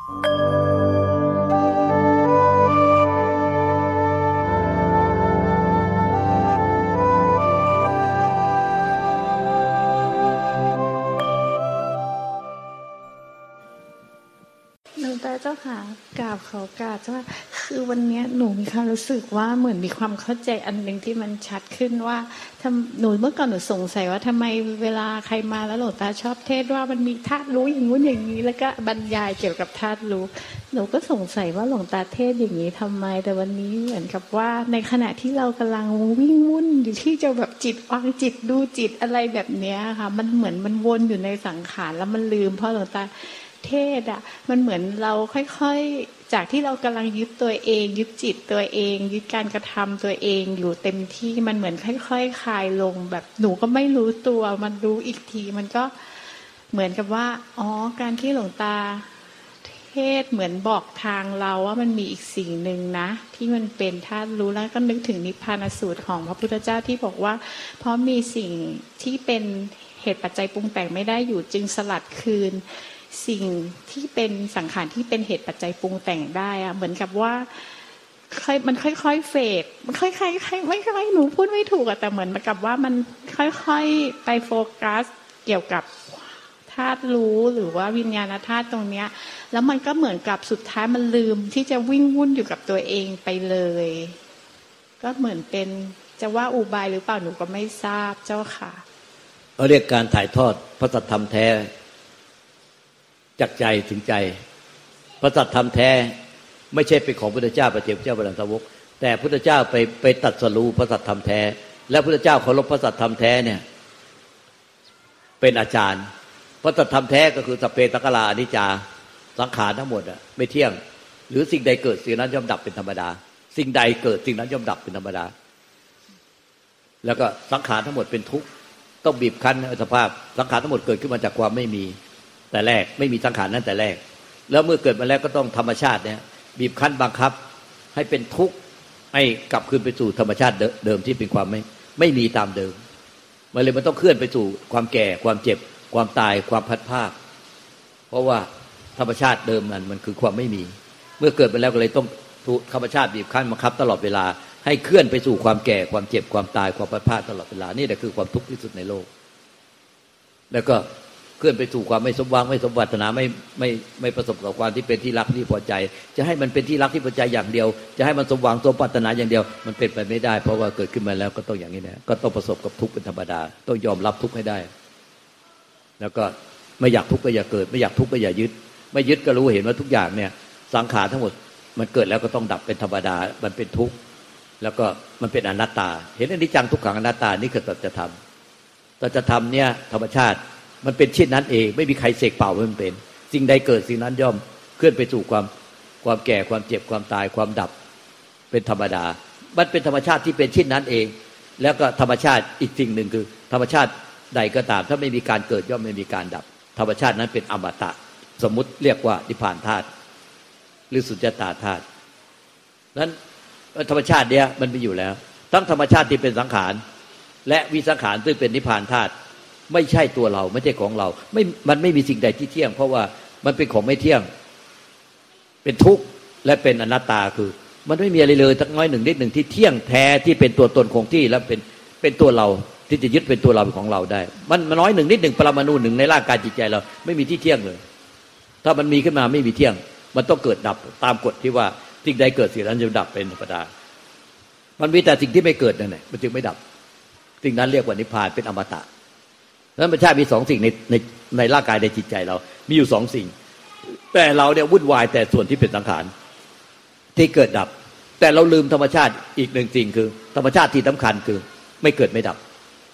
เจ้าค่ะกราบขอกราบเจ้าค่ะคือวันนี้หนูมีความรู้สึกว่าเหมือนมีความเข้าใจอันนึงที่มันชัดขึ้นว่าหนูเมื่อก่อนหนูสงสัยว่าทำไมเวลาใครมาแล้วหลวงตาชอบเทศว่ามันมีธาตุรู้อย่างงู้นอย่างนี้แล้วก็บรรยายเกี่ยวกับธาตุรู้หนูก็สงสัยว่าหลวงตาเทศอย่างนี้ทำไมแต่วันนี้เหมือนกับว่าในขณะที่เรากำลังวิ่งวุ่นอยู่ที่จะแบบจิตวางจิตดูจิตอะไรแบบนี้ค่ะมันเหมือนมันวนอยู่ในสังขารแล้วมันลืมเพราะหลวงตาเทศอ่ะมันเหมือนเราค่อยๆจากที่เรากำลังยึดตัวเองยึดจิตตัวเองยึดการกระทำตัวเองอยู่เต็มที่มันเหมือนค่อยๆคลายลงแบบหนูก็ไม่รู้ตัวมันรู้อีกทีมันก็เหมือนกับว่าอ๋อการที่หลวงตาเทศเหมือนบอกทางเราว่ามันมีอีกสิ่งหนึ่งนะที่มันเป็นธาตุรู้แล้วก็นึกถึงนิพพานสูตรของพระพุทธเจ้าที่บอกว่าเพราะมีสิ่งที่เป็นเหตุปัจจัยปรุงแต่งไม่ได้อยู่จึงสลัดคืนสิ่งที่เป็นสังขารที่เป็นเหตุปัจจัยปรุงแต่งได้อะเหมือนกับว่ามันค่อยๆเฟดมันค่อยๆไม่ค่อยหนูพูดไม่ถูกอะแต่เหมือนกับว่ามันค่อยๆไปโฟกัสเกี่ยวกับธาตุรู้หรือว่าวิญญาณธาตุตรงเนี้ยแล้วมันก็เหมือนกับสุดท้ายมันลืมที่จะวิ่งวุ่นอยู่กับตัวเองไปเลยก็เหมือนเป็นจะว่าอุบายหรือเปล่าหนูก็ไม่ทราบเจ้าค่ะเขาเรียกการถ่ายทอดพระสัทธรรมแท้จากใจถึงใจพระสัทธรรมแท้ไม่ใช่เป็นของพุทธเจ้าพระเจ้าพระสาวกแต่พุทธเจ้าไปตรัสรู้พระสัทธรรมแท้และพุทธเจ้าเคารพพระสัทธรรมแท้เนี่ยเป็นอาจารย์พระสัทธรรมแท้ก็คือสัพเพสังขาราอนิจจาสังขารทั้งหมดอ่ะไม่เที่ยงหรือสิ่งใดเกิดสิ่งนั้นย่อมดับเป็นธรรมดาสิ่งใดเกิดสิ่งนั้นย่อมดับเป็นธรรมดาแล้วก็สังขารทั้งหมดเป็นทุกข์ต้องบีบคั้นสภาพสังขารทั้งหมดเกิดขึ้นมาจากความไม่มีแต่แรกไม่มีสังขารนั้นแต่แรกแล้วเมื่อเกิดมาแล้วก็ต้องธรรมชาติเนี่ยบีบคั้นบังคับให้เป็นทุกข์ให้กลับคืนไปสู่ธรรมชาติเดิมที่เป็นความไม่มีตามเดิมมันต้องเคลื่อนไปสู่ความแก่ความเจ็บความตายความพัดภาคเพราะว่าธรรมชาติเดิมนั้นมันคือความไม่มีเมื่อเกิดไปแล้วก็เลยต้องธรรมชาติบีบคั้นบังคับตลอดเวลาให้เคลื่อนไปสู่ความแก่ความเจ็บความตายความพัดภาคตลอดเวลานี่แหละคือความทุกข์ที่สุดในโลกแล้วก็เคลื่อนไปสู่ความไม่สมหวังไม่สมปรารถนาไม่ประสบกับความที่เป็นที่รักที่พอใจจะให้มันเป็นที่รักที่พอใจอย่างเดียวจะให้มันสมหวังสมปรารถนาอย่างเดียวมันเป็นไปไม่ได้เพราะว่าเกิดขึ้นมาแล้วก็ต้องอย่างนี้นะก็ต้องประสบกับทุกข์เป็นธรรมดาต้องยอมรับทุกข์ให้ได้แล้วก็ไม่อยากทุกข์ก็อย่าเกิดไม่อยากทุกข์ก็อย่ายึดไม่ยึดก็รู้เห็นว่าทุกอย่างเนี่ยสังขารทั้งหมดมันเกิดแล้วก็ต้องดับเป็นธรรมดามันเป็นทุกข์แล้วก็มันเป็นอนัตตาเห็นอนิจจังทุกขังอนัตตานี่คือสัจธรรมสัจธรรมเนี่ยธรรมชาติมันเป็นเช่นนั้นเองไม่มีใครเสกเป่ามันเป็นสิ่งใดเกิดสิ่งนั้นย่อมเคลื่อนไปสู่ความแก่ความเจ็บความตายความดับเป็นธรรมดามันเป็นธรรมชาติที่เป็นเช่นนั้นเองแล้วก็ธรรมชาติอีกสิ่งหนึ่งคือธรรมชาติใดก็ตามถ้าไม่มีการเกิดย่อมไม่มีการดับธรรมชาตินั้นเป็นอมตะสมมุติเรียกว่านิพพานธาตุหรือสุญญตาธาตุนั้นธรรมชาติเนี้ยมันมีอยู่แล้วทั้งธรรมชาติที่เป็นสังขารและวิสังขารซึ่งเป็นนิพพานธาตุไม่ใช่ตัวเราไม่ใช่ของเรามันไม่มีสิ่งใดที่เที่ยงเพราะว่ามันเป็นของไม่เที่ยงเป็นทุกข์และเป็นอนัตตาคือมันไม่มีอะไรเลยสักน้อยหนึ่งนิดหนึ่งที่เที่ยงแท้ที่เป็นตัวตนคงที่และเป็นตัวเราที่จะยึดเป็นตัวเราเป็นของเราได้มันน้อยหนึ่งนิดหนึ่งปรมาณูหนึ่งในร่างกายจิตใจเราไม่มีที่เที่ยงเลยถ้ามันมีขึ้นมาไม่มีเที่ยงมันต้องเกิดดับตามกฎที่ว่าสิ่งใดเกิดสิ่งนั้นจะดับเป็นธรรมดามันมีแต่สิ่งที่ไม่เกิดนั่นแหละมันจึงไม่ดับสิ่งนั้นเรียกว่านิพพานเป็นอมตะนั้นธรรมชาติมีสองสิ่งในร่างกายในจิตใจเรามีอยู่สองสิ่งแต่เราเนี่ยวุ่นวายแต่ส่วนที่เป็นสังขารที่เกิดดับแต่เราลืมธรรมชาติอีกหนึ่งสิ่งคือธรรมชาติที่สำคัญคือไม่เกิดไม่ดับ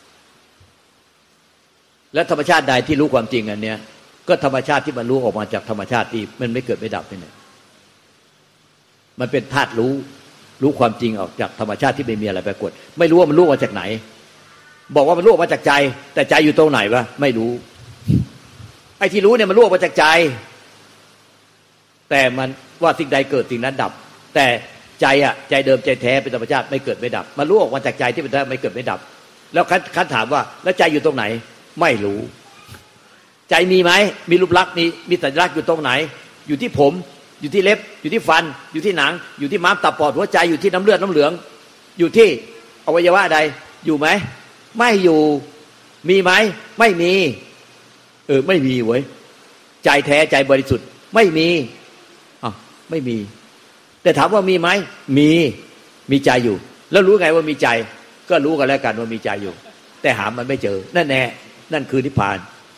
และธรรมชาติใดที่รู้ความจริงอันเนี้ยก็ธรรมชาติที่มันรู้ออกมาจากธรรมชาติที่มันไม่เกิดไม่ดับนี่แหละมันเป็นธาตุรู้ความจริงออกจากธรรมชาติที่ไม่มีอะไรปรากฏไม่รู้ว่ามันรู้มาจากไหนบอกว่ามันรู้ออกมาจากใจแต่ใจอยู่ตรงไหนวะไม่รู้ไอ้ที่รู้เนี่ยมันรู้ออกมาจากใจแต่มันว่าสิ่งใดเกิดสิ่งนั้นดับแต่ใจอะใจเดิมใจแท้เป็นธรรมชาติไม่เกิดไม่ดับมันรู้ออกมาจากใจที่เป็นธรรมชาติไม่เกิดไม่ดับแล้วคันถามว่าแล้วใจอยู่ตรงไหนไม่รู้ใจมีไหมมีรูปลักษณ์มีสัญลักษณ์อยู่ตรงไหนอยู่ที่ผมอยู่ที่เล็บอยู่ที่ฟันอยู่ที่หนังอยู่ที่ม้ามตับปอดหัวใจอยู่ที่น้ำเลือดน้ำเหลืองอยู่ที่อวัยวะใดอยู่ไหมไม่อยู่มีไหมไม่มีไม่มีเว้ยใจแท้ใจบริสุทธิ์ไม่มีไม่มีแต่ถามว่ามีไหมมีใจอยู่แล้วรู้ไงว่ามีใจก็รู้กันแล้วกันว่ามีใจอยู่แต่หามันไม่เจอนั่นแน่นั่นคือนิพพาน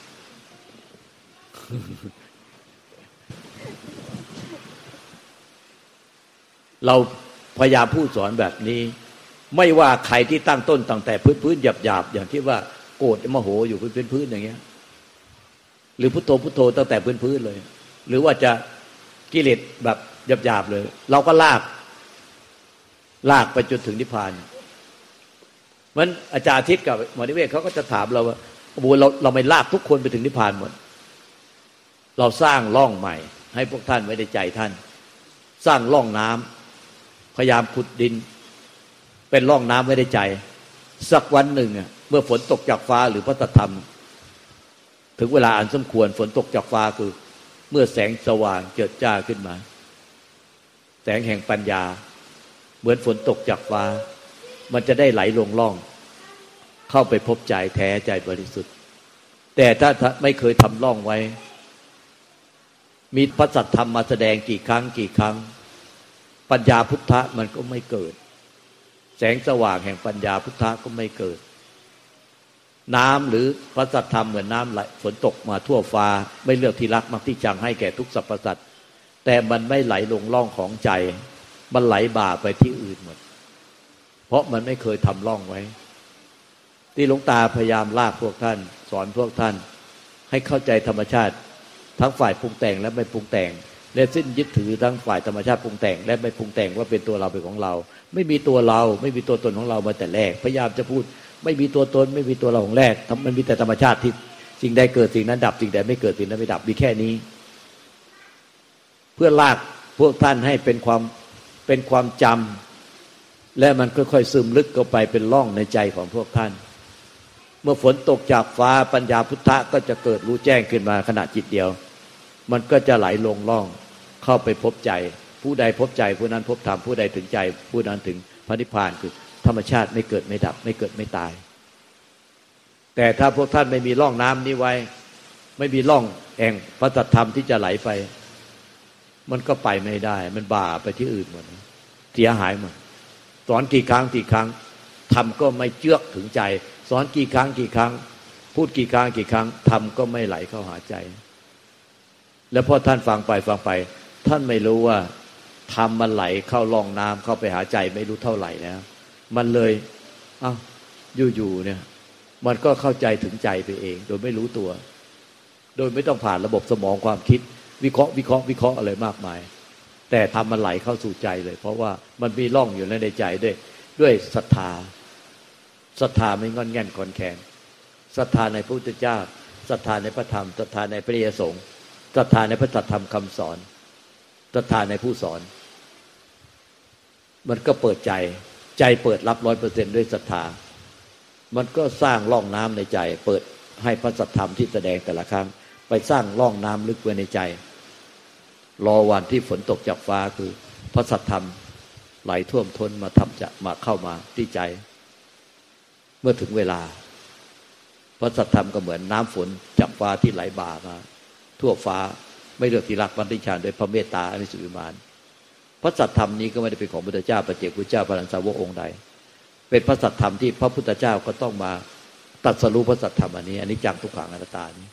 เราพยายามพูดสอนแบบนี้ไม่ว่าใครที่ตั้งต้นตั้งแต่พื้นหยาบๆอย่างที่ว่าโกรธโมโหอยู่พื้นอย่างเงี้ยหรือพุทโธตั้งแต่พื้นเลยหรือว่าจะกิเลสแบบหยาบๆเลยเราก็ลากไปจนถึงนิพพานมันอาจารย์อาทิตย์กับหมอนิเวศเขาก็จะถามเราว่าโอ้โหเราไม่ลากทุกคนไปถึงนิพพานหมดเราสร้างร่องใหม่ให้พวกท่านไว้ในใจท่านสร้างร่องน้ำพยายามขุดดินเป็นร่องน้ำไว้ในใจสักวันหนึ่งเมื่อฝนตกจากฟ้าหรือพระธรรมถึงเวลาอันสมควรฝนตกจากฟ้าคือเมื่อแสงสว่างเจิดจ้าขึ้นมาแสงแห่งปัญญาเหมือนฝนตกจากฟ้ามันจะได้ไหลลงร่องเข้าไปพบใจแท้ใจบริสุทธิ์แต่ถ้าไม่เคยทำร่องไว้มีพระสัทธรรมมาแสดงกี่ครั้งปัญญาพุทธะมันก็ไม่เกิดแสงสว่างแห่งปัญญาพุทธะก็ไม่เกิดน้ำหรือพระสัทธรรมเหมือนน้ำไหลฝนตกมาทั่วฟ้าไม่เลือกที่รักมักที่ชังให้แก่ทุกสรรพสัตว์แต่มันไม่ไหลลงร่องของใจมันไหลบ่าไปที่อื่นหมดเพราะมันไม่เคยทำร่องไว้ที่หลวงตาพยายามลากพวกท่านสอนพวกท่านให้เข้าใจธรรมชาติทั้งฝ่ายปรุงแต่งและไม่ปรุงแต่งและสิ้นยึดถือทั้งฝ่ายธรรมชาติปรุงแต่งและไม่ปรุงแต่งว่าเป็นตัวเราเป็นของเราไม่มีตัวเราไม่มีตัวตนของเรามาแต่แรกพยายามจะพูดไม่มีตัวตนไม่มีตัวเราของแรกมันมีแต่ธรรมชาติที่สิ่งใดเกิดสิ่งนั้นดับสิ่งใดไม่เกิดสิ่งนั้นไม่ดับมีแค่นี้เพื่อลากพวกท่านให้เป็นความจำและมันค่อยๆซึมลึกเข้าไปเป็นร่องในใจของพวกท่านเมื่อฝนตกจากฟ้าปัญญาพุทธะก็จะเกิดรู้แจ้งขึ้นมาขณะจิตเดียวมันก็จะไหลลงร่องเข้าไปพบใจผู้ใดพบใจผู้นั้นพบธรรมผู้ใดถึงใจผู้นั้นถึงพระนิพพานคือธรรมชาติไม่เกิดไม่ดับไม่เกิดไม่ตายแต่ถ้าพวกท่านไม่มีร่องน้ำนี้ไว้ไม่มีร่องแห่งพระสัทธรรมที่จะไหลไปมันก็ไปไม่ได้มันบ่าไปที่อื่นหมดเสียหายหมดสอนกี่ครั้งทำก็ไม่เจือกถึงใจสอนกี่ครั้งพูดกี่ครั้งทำก็ไม่ไหลเข้าหาใจแล้วพอท่านฟังไปท่านไม่รู้ว่าทำมันไหลเข้าร่องน้ำเข้าไปหาใจไม่รู้เท่าไหร่แล้วมันเลยอยู่เนี่ยมันก็เข้าใจถึงใจไปเองโดยไม่รู้ตัวโดยไม่ต้องผ่านระบบสมองความคิดวิเคราะห์อะไรมากมายแต่ทำมันไหลเข้าสู่ใจเลยเพราะว่ามันมีร่องอยู่ในใจด้วยศรัทธาไม่งอนแง่นคอนแคนศรัทธาในพระพุทธเจ้าศรัทธาในพระธรรมศรัทธาในพระอริยสงฆ์ศรัทธาในพระธรรมคำสอนศรัทธาในผู้สอนมันก็เปิดใจเปิดรับ 100% ด้วยศรัทธามันก็สร้างร่องน้ำในใจเปิดให้พระสัทธรรมที่แสดงแต่ละครั้งไปสร้างร่องน้ำลึกไว้ในใจรอวันที่ฝนตกจากฟ้าคือพระสัทธรรมไหลท่วมท้นมาเข้ามาที่ใจเมื่อถึงเวลาพระสัทธรรมก็เหมือนน้ำฝนจากฟ้าที่ไหลบ่ามาทั่วฟ้าไม่เลือกที่รักมักที่ชังด้วยพระเมตตาอนิสุวิมานพระสัทธรรมนี้ก็ไม่ได้เป็นของพระพุทธเจ้าปัจเจกพุทธเจ้าพระอรหันตสาวกองค์ใดเป็นพระสัทธรรมที่พระพุทธเจ้าก็ต้องมาตรัสรู้พระสัทธรรมอันนี้จังทุกขังอนัตตานี้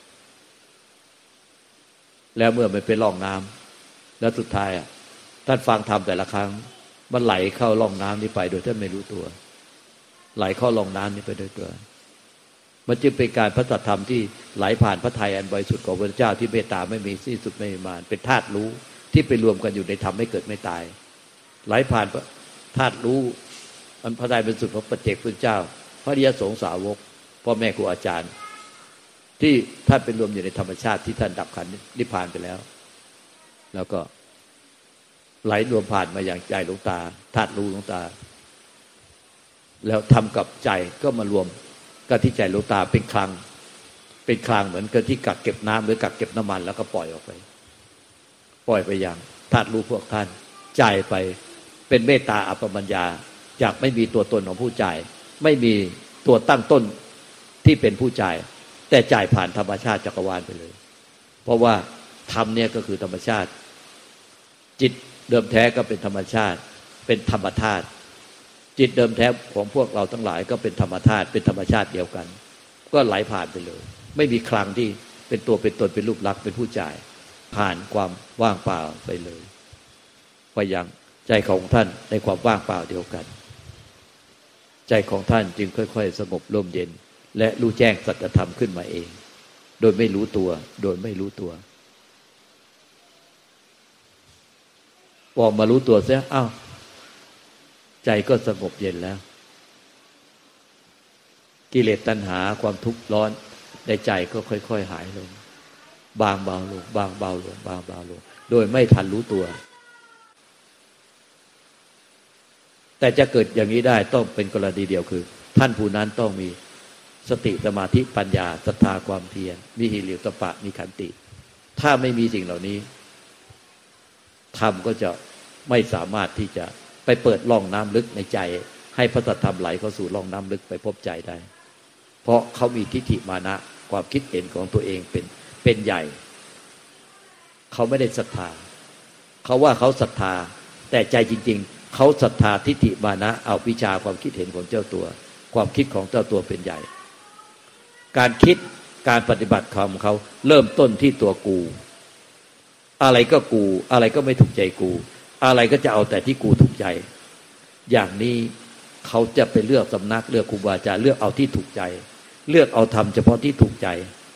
แล้วเมื่อมันเป็นร่องน้ำแล้วสุดท้ายท่านฟังธรรมแต่ละครั้งมันไหลเข้าร่องน้ำนี้ไปโดยท่านไม่รู้ตัวไหลเข้าร่องน้ำนี้ไปโดยตัวมันจึงเป็นการพระสัทธรรมที่ไหลผ่านพระทัยอันบริสุทธิ์ของพระพุทธเจ้าที่เมตตาไม่มีสิ้นสุดไม่มีมานเป็นธาตุรู้ที่ไปรวมกันอยู่ในธรรมไม่เกิดไม่ตายไหลผ่านธาตุรู้อันพระทัยเป็นสุดของปัจเจกพุทธเจ้าพระอริยสงฆ์สาวกพ่อแม่ครูอาจารย์ที่ท่านเป็นรวมอยู่ในธรรมชาติที่ท่านดับขันธ์นิพพานไปแล้วแล้วก็ไหลรวมผ่านมาอย่างใจหลวงตาธาตุรู้หลวงตาแล้วทำกับใจก็มารวมกันที่ใจหลวงตาเป็นคลังเหมือนกับที่กักเก็บน้ำหรือกักเก็บน้ำมันแล้วก็ปล่อยออกไปปล่อยไปอย่างธาตุรู้พวกท่านจ่ายไปเป็นเมตตาอัปปมัญญาจากไม่มีตัวตนของผู้จ่ายไม่มีตัวตั้งต้นที่เป็นผู้จ่ายแต่จ่ายผ่านธรรมชาติจักรวาลไปเลยเพราะว่าธรรมเนี่ยก็คือธรรมชาติจิตเดิมแท้ก็เป็นธรรมชาติเป็นธรรมธาตุจิตเดิมแท้ของพวกเราทั้งหลายก็เป็นธรรมธาตุเป็นธรรมชาติเดียวกันก็ไหลผ่านไปเลยไม่มีคลังที่เป็นตัวเป็นตนเป็นรูปลักษณ์เป็นผู้จ่ายผ่านความว่างเปล่าไปเลยไปยังใจของท่านในความว่างเปล่าเดียวกันใจของท่านจึงค่อยๆสงบร่มเย็นและรู้แจ้งสัจธรรมขึ้นมาเองโดยไม่รู้ตัวโดยไม่รู้ตัวพอมารู้ตัวเสียอ้าวใจก็สงบเย็นแล้วกิเลสตัณหาความทุกข์ร้อนในใจก็ค่อยๆหายลงบางเบาลงบางเบาลงบางเบาลงโดยไม่ทันรู้ตัวแต่จะเกิดอย่างนี้ได้ต้องเป็นกรณีเดียวคือท่านผู้นั้นต้องมีสติสมาธิปัญญาศรัทธาความเพียรมีหิริโอตปะมีขันติถ้าไม่มีสิ่งเหล่านี้ธรรมก็จะไม่สามารถที่จะไปเปิดร่องน้ำลึกในใจให้พระสัทธรรมไหลเข้าสู่ร่องน้ำลึกไปพบใจได้เพราะเขามีทิฏฐิมานะความคิดเห็นของตัวเองเป็นใหญ่เขาไม่ได้ศรัทธาเขาว่าเขาศรัทธาแต่ใจจริงๆเขาศรัทธาทิฏฐิมานะเอาวิชาความคิดเห็นของเจ้าตัวความคิดของเจ้าตัวเป็นใหญ่การคิดการปฏิบัติของเขาเริ่มต้นที่ตัวกูอะไรก็กูอะไรก็ไม่ถูกใจกูอะไรก็จะเอาแต่ที่กูถูกใจอย่างนี้เขาจะไปเลือกสำนักเลือกครูบาอาจารย์เลือกเอาที่ถูกใจเลือกเอาธรรมเฉพาะที่ถูกใจ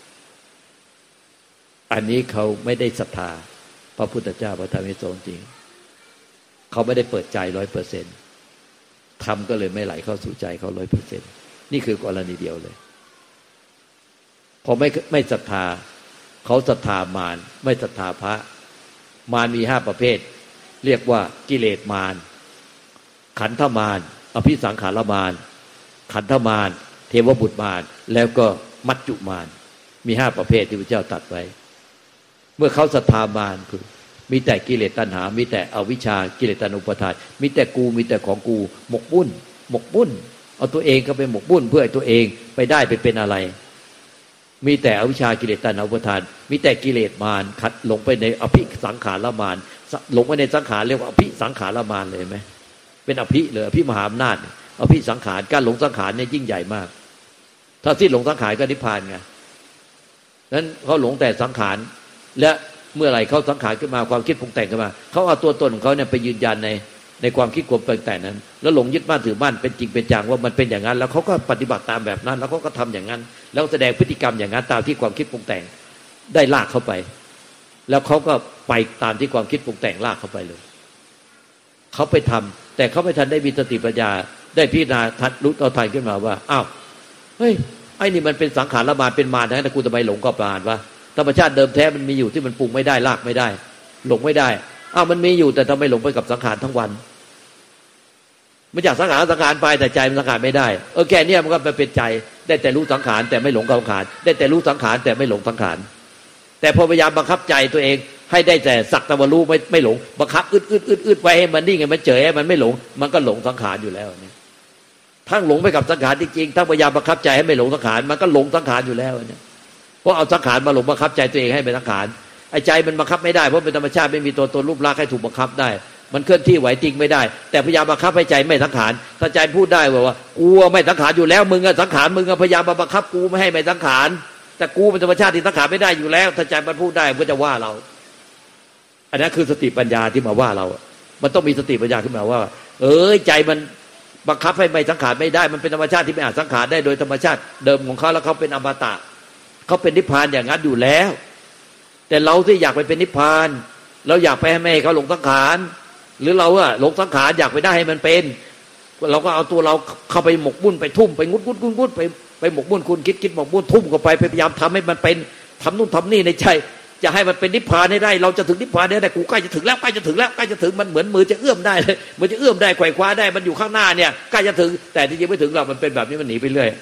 อันนี้เขาไม่ได้ศรัทธาพระพุทธเจ้าพระธรรมพระสงฆ์จริงเขาไม่ได้เปิดใจ 100% ธรรมก็เลยไม่ไหลเข้าสู่ใจเขา 100% นี่คือกรณีเดียวเลยพอไม่ศรัทธาเขาศรัทธามารไม่ศรัทธาพระมารมี5ประเภทเรียกว่ากิเลสมารขันธมารอภิสังขารมารขันธมารเทวบุตรมารแล้วก็มัจจุมารมี5ประเภทที่พระเจ้าตรัสไว้เมื่อเขาศรัทธามารคือมีแต่กิเลสตัณหามีแต่อวิชชากิเลสตัณหาอุปาทานมีแต่กูมีแต่ของกูหมกบุ่นเอาตัวเองก็ไปหมกบุ่นเพื่อให้ตัวเองไปได้ไปเป็นอะไรมีแต่อวิชชากิเลสตัณหาอุปาทานมีแต่กิเลสมารขัดหลงไปในอภิสังขารมารหลงไปในสังขารเรียกว่าอภิสังขารมารเลยไหมเป็นอภิเลยอภิมหาอำนาจอภิสังขารการหลงสังขารเนี่ยยิ่งใหญ่มากถ้าสิ้นหลงสังขารก็นิพพานไงนั้นเขาหลงแต่สังขารและเมื่อไหร่เขาสังขารขึ้นมาความคิดปรุงแต่งขึ้นมาเขาเอาตัวตนของเขาเนี่ยไปยืนยันในความคิดความปรุงแต่งนั้นแล้วหลงยึดมั่นถือมั่นเป็นจริงเป็นจังว่ามันเป็นอย่างนั้นแล้วเขาก็ปฏิบัติตามแบบนั้นแล้วเขาก็ทำอย่างนั้นแล้วแสดงพฤติกรรมอย่างนั้นตามที่ความคิดปรุงแต่งได้ลากเข้าไปแล้วเขาก็ไปตามที่ความคิดปรุงแต่งลากเข้าไปเลยเขาไปทำแต่เขาไม่ทันได้มีสติปัญญาได้พิจารณาทันรู้เอาทันขึ้นมาว่าอ้าวเฮ้ยไอ้นี่มันเป็นสังขารละมารเป็นมารนะกูทำไมหลงก็ปานวะธรรมชาติเดิมแท้มันมีอยู่ที่มันปรุงไม่ได้ลากไม่ได้หลงไม่ได้อ้าวมันมีอยู่แต่ทำไมหลงไปกับสังขารทั้งวันมันอยากสังขารไปแต่ใจมันสังขารไม่ได้แค่นี้มันก็เป็นใจได้แต่รู้สังขารแต่ไม่หลงกับสังขารได้แต่รู้สังขารแต่ไม่หลงสังขารแต่พอพยายามบังคับใจตัวเองให้ได้แต่สักแต่ว่ารู้ไม่หลงบังคับอึดไว้ให้มันนิ่งให้มันเฉยให้มันไม่หลงมันก็หลงสังขารอยู่แล้วเนี่ยทั้งหลงไปกับสังขารจริงๆทั้งพยายามบังคับใจให้ไม่หลงสังขารมันก็หลงสังขารอยู่แล้วเนี่ยเพราะเอาสังขารมาหลงบังคับใจตัวเองให้เป็นสังขารไอ้ใจมันบังคับไม่ได้เพราะเป็นธรรมชาติไม่มีตัวตนรูปร่างให้ถูกบังคับได้มันเคลื่อนที่ไหวจริงไม่ได้แต่พยายามบังคับให้ใจไม่สังขารถ้าใจพูดได้ว่ากูไม่สังขารอยู่แล้วมึงอะสังขารมึงอะพยายามบังคับกูไม่ให้ไม่สังขารแต่กูเป็นธรรมชาติที่สังขารไม่ได้อยู่แล้วถ้าใจมันพูดได้มันจะว่าเราอันนั้นคือสติปัญญาที่มาว่าเรามันต้องมีสติปัญญาขึ้นมาว่าใจมันบังคับให้ไม่สังขารไม่ได้มันเป็นธรรมชาติที่ไม่อาจสังขารได้โดยธรรมชาติเดิมของเขาแล้วเขาเป็นอมตะเขาเป็นนิพพานอย่างนั้นอยู่แล้วแต่เราที่อยากไปเป็นนิพพานเราอยากไปให้แม่เขาหลงสังขารหรือเราอะหลงสังขารอยากไปได้ให้มันเป็นเราก็เอาตัวเราเข้าไปหมกมุ่นไปทุ่มไปงุดไปหมกมุ่นคุณคิดหมกมุ่นทุ่มเข้าไปพยายามทำให้มันเป็นทำนู่นทำนี่ในใจจะให้มันเป็นนิพพานให้ได้เราจะถึงนิพพานได้กูใกล้จะถึงแล้วใกล้จะถึงมันเหมือนมือจะเอื้อมได้เลยมือจะเอื้อมได้ไขว่คว้าได้มันอยู่ข้างหน้าเนี่ยใกล้จะถึงแต่ที่จริงไม่ถึงเรามันเป็นแบบนี้มันหนีไปเรื่อย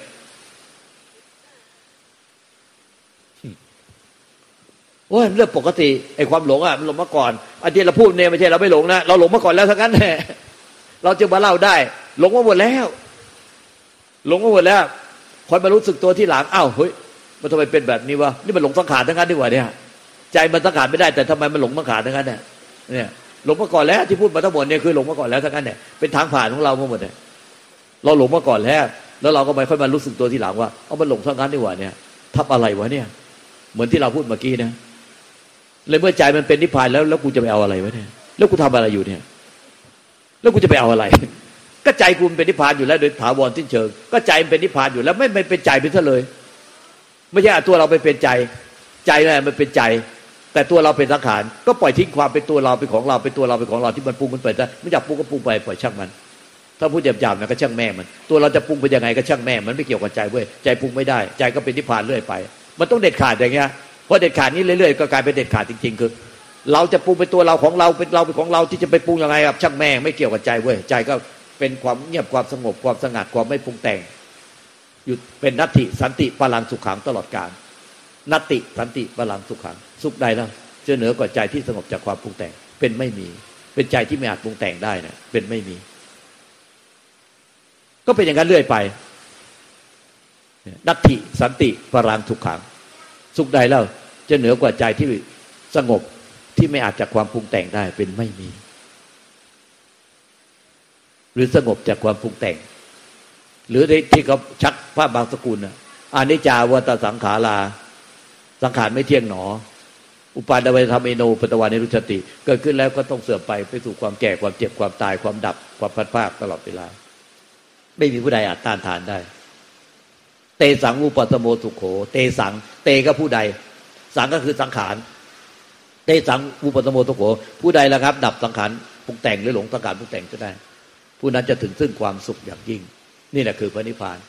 โอ้ยเรื่องปกติไอ้ความหลงอ่ะมันหลงมาก่อนอันที่เราพูดเนี่ยไม่ใช่เราไม่หลงนะเราหลงมาก่อนแล้วทั้งนั้นแหละเราจึงมาเล่าได้หลงมาหมดแล้วหลงมาหมดแล้วคอยมารู้สึกตัวที่หลังอ้าวเฮ้ยมันทำไมเป็นแบบนี้วะนี่มันหลงสังขารทั้งนั้นดีกว่าเนี่ยใจมันสังขารไม่ได้แต่ทำไมมันหลงสังขารทั้งนั้นเนี่ยหลงมาก่อนแล้วที่พูดมาทั้งหมดเนี่ยคือหลงมาก่อนแล้วทั้งนั้นเนี่ยเป็นทางผ่านของเราหมดเลยเราหลงมาก่อนแล้วเราก็ไม่ค่อยมารู้สึกตัวที่หลังว่าเอามันหลงทั้งนั้นดีกว่าเนี่ยทับอะไรวะเนี่ยเหมือนที่เราพูดเมื่อกี้นะเลยเมื่อใจมันเป็นนิพพานแล้วกูจะไปเอาอะไรวะเนี่ยแล้วกูทำอะไรอยู่เนี่ยแล้วกูจะไปเอาอะไรก็ใจกูมันเป็นนิพพานอยู่แล้วโดยถาวรสิ้นเชิงก็ใจมันเป็นนิพพานอยู่แล้วไม่เป็นใจไปซะเลยไม่ใช่ตัวเราไปเป็นใจนั่นมันเป็นใจแต่ตัวเราเป็นสังขารก็ปล่อยทิ้งความเป็นตัวเราเป็นของเราเป็นตัวเราเป็นของเราที่มันปรุงมันเปิดแต่ไม่อยากปรุงก็ปรุงไปปล่อยช่างมันถ้าพูดหยาบๆนะก็ช่างแม่มันตัวเราจะปรุงไปยังไงก็ช่างแม่มันไม่เกี่ยวกับใจเว้ยใจปรุงไม่ได้ใจก็เป็นนิพพานเรื่อยไปมันต้องเด็ดขาดอย่างเงี้ยเพราะเด็ดขาดนี้เรื่อยๆก็กลายเป็นเด็ดขาดจริงๆคือเราจะปรุงเป็นตัวเราของเราเป็นเราเป็นของเราที่จะไปปรุงยังไงครับช่างแม่ไม่เกี่ยวกับใจเว้ยใจก็เป็นความเงียบความสงบความสงัดความไม่ปรุงแต่งอยู่เป็นนัตติสันติพลังสุขขังตลอดกาลนัตติสันติพลังสุขขังสุขใดแล้วจะเหนือกว่าใจที่สงบจากความปรุงแต่งเป็นไม่มีเป็นใจที่ไม่อาจปรุงแต่งได้นะเป็นไม่มีก็เป็นอย่างนั้นเรื่อยไปนัตติสันติพลังสุขขังสุขใดแล้วจะเหนือกว่าใจที่สงบที่ไม่อาจจากความปรุงแต่งได้เป็นไม่มีหรือสงบจากความปรุงแต่งหรือที่เขาชักพระบางสกุลนะอนิจจาวัฏสังขาราสังขารไม่เที่ยงหนออุปาทวยธรรมเอโนปัตตวานิรุชติเกิดขึ้นแล้วก็ต้องเสื่อมไปสู่ความแก่ความเจ็บความตายความดับความพัดพรากตลอดเวลาไม่มีผู้ใดอาจต้านทานได้เตสังอุปสมโมสุโขเตสังเตก็ผู้ใดสังก็คือสังขารเตสังอุปสมโมสุโขผู้ใดล่ะครับดับสังขารปรุงแต่งหรือหลงสังขารปรุงแต่งก็ได้ผู้นั้นจะถึงซึ่งความสุขอย่างยิ่งนี่แหละคือพระนิพพาน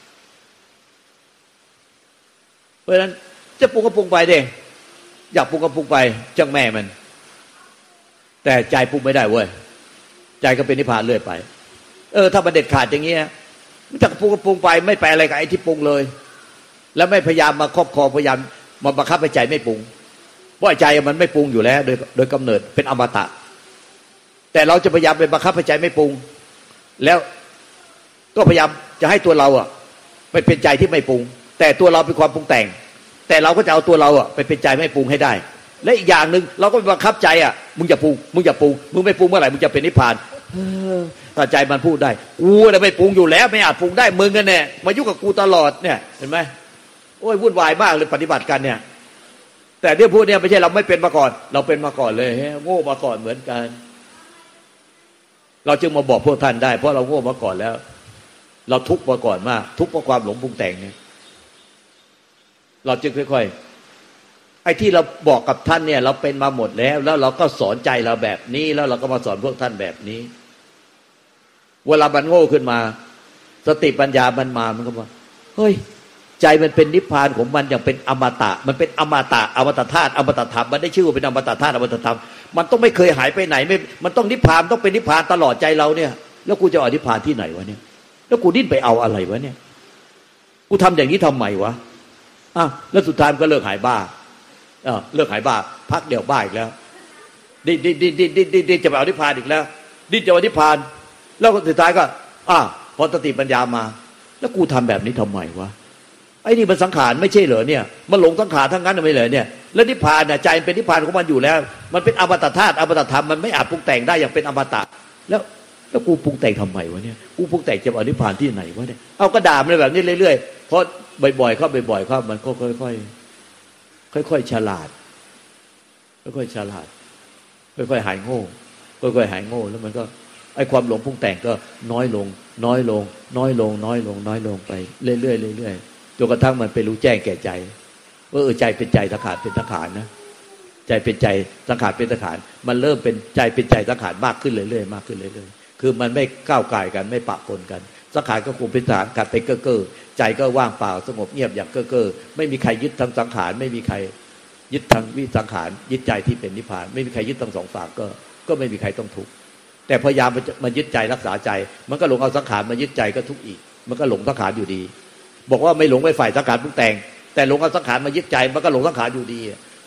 เพราะฉะนั้นจะปรุงก็ปรุงไปเด้อยากปรุงก็ปรุงไปจังแม่มันแต่ใจปรุงไม่ได้เว้ยใจก็เป็นนิพพานเรื่อยไปถ้ามันเด็ดขาดอย่างเงี้ยมันจะปรุงก็ปรุงไปไม่ไปอะไรกับไอ้ที่ปรุงเลยแล้วไม่พยายามมาครอบครองพยายามมาบังคับให้ใจไม่ปรุงเพราะใจมันไม่ปรุงอยู่แล้วโดยกำเนิดเป็นอมตะแต่เราจะพยายามไปบังคับให้ใจไม่ปรุงแล้วก็พยายามจะให้ตัวเราไปเป็นใจที่ไม่ปรุงแต่ตัวเราเป็นความปรุงแต่งแต่เราก็จะเอาตัวเราไปเป็นใจไม่ปรุงให้ได้และอีกอย่างนึงเราก็ไปบังคับใจมึงอย่าปรุงมึงอย่าปรุงมึงไม่ปรุงเมื่อไหร่มึงจะเป็นนิพพานถ้าใจมันพูดได้กูน่ะไม่ปรุงอยู่แล้วไม่อาจปรุงได้มึงกันแน่มายุ่งกับกูตลอดเนี่ยเห็นไหมโอ้ยวุ่นวายมากเลยปฏิบัติกันเนี่ยแต่ที่พูดเนี่ยไม่ใช่เราไม่เป็นมาก่อนเราเป็นมาก่อนเลยโง่มาก่อนเหมือนกันเราจึงมาบอกพวกท่านได้เพราะเราโง่มาก่อนแล้วเราทุกข์มาก่อนมากทุกข์เพราะความหลงปรุงแต่งเนี่ยเราจึงค่อยๆไอ้ที่เราบอกกับท่านเนี่ยเราเป็นมาหมดแล้วเราก็สอนใจเราแบบนี้แล้วเราก็มาสอนพวกท่านแบบนี้เวลามันโง่ขึ้นมาสติปัญญามันมามันก็ว่าเฮ้ยใจมันเป็นนิพพานของมันอย่างเป็นอมตะมันเป็นอมตะอมตะธาตุอมตะธรรมมันได้ชื่อว่าเป็นอมตะธาตุอมตะธรรมมันต้องไม่เคยหายไปไหนไม่มันต้องนิพพานต้องเป็นนิพพานตลอดใจเราเนี่ยแล้วกูจะเอานิพพานที่ไหนวะเนี่ยแล้วกูดิ้นไปเอาอะไรวะเนี่ยกูทำอย่างนี้ทำไมวะแล้วสุดท้ายมันก็เลิกหายบ้าเลิกหายบ้าพักเดี๋ยวบ้าอีกแล้วดิ้นจะไปเอานิพพานอีกแล้วดิ้นจะเอานิพพานแล้วสุดท้ายก็พอสติปัญญามาแล้วกูทำแบบนี้ทำไมวะไอ้นี่มันสังขารไม่ใช่เหรอเนี่ยมันหลงสังขารทั้งนั้นไม่เลยเนี่ยแล้วนิพพานใจมันเป็นนิพพานของมันอยู่แล้วมันเป็นอมตะธาตุอมตะธรรมมันไม่อาจปรุงแต่งได้อย่างเป็นอมตะแล้วกูปรุงแต่งทำไมวะเนี่ยกูปรุงแต่งจะเอานิพพานที่ไหนวะเนี่ยเอาก็ด่ามันแบบนี้เรื่อยๆเพราะบ่อยๆเข้าบ่อยๆเข้ามันก็ค่อยๆฉลาดค่อยๆฉลาดค่อยๆหายโง่ค่อยๆหายโง่แล้วมันก็ไอ้ความหลงปรุงแต่งก็น้อยลงน้อยลงน้อยลงน้อยลงน้อยลงไปเรื่อยๆเรื่อยๆจนกระทั่งมันไปรู้แจ้งแก่ใจว่าใจเป็นใจสังขารเป็นสังขารนะใจเป็นใจสังขารเป็นสังขารมันเริ่มเป็นใจเป็นใจสังขารมากขึ้นเรื่อยๆมากขึ้นเรื่อยๆคือมันไม่ก้าวไก่กันไม่ปะปนกันสังขารก็คงเป็นสังขารไปเก้อใจก็ว่างเปล่าสงบเงียบอย่างเก้อไม่มีใครยึดทั้งสังขารไม่มีใครยึดทั้งวิสังขารยึดใจที่เป็นนิพพานไม่มีใครยึดทั้งสองฝั่งก็ไม่มีใครต้องทุกข์แต่พยายามมันยึดใจรักษาใจมันก็หลงเอาสังขารมายึดใจก็ทุกข์อีกมันก็หลงสังขารอยู่ดีบอกว่าไม่หลงไปฝ่ายสังขารปรุงแต่งแต่หลงเอาสังขารมายึดใจมันก็หลงสังขารอยู่ดี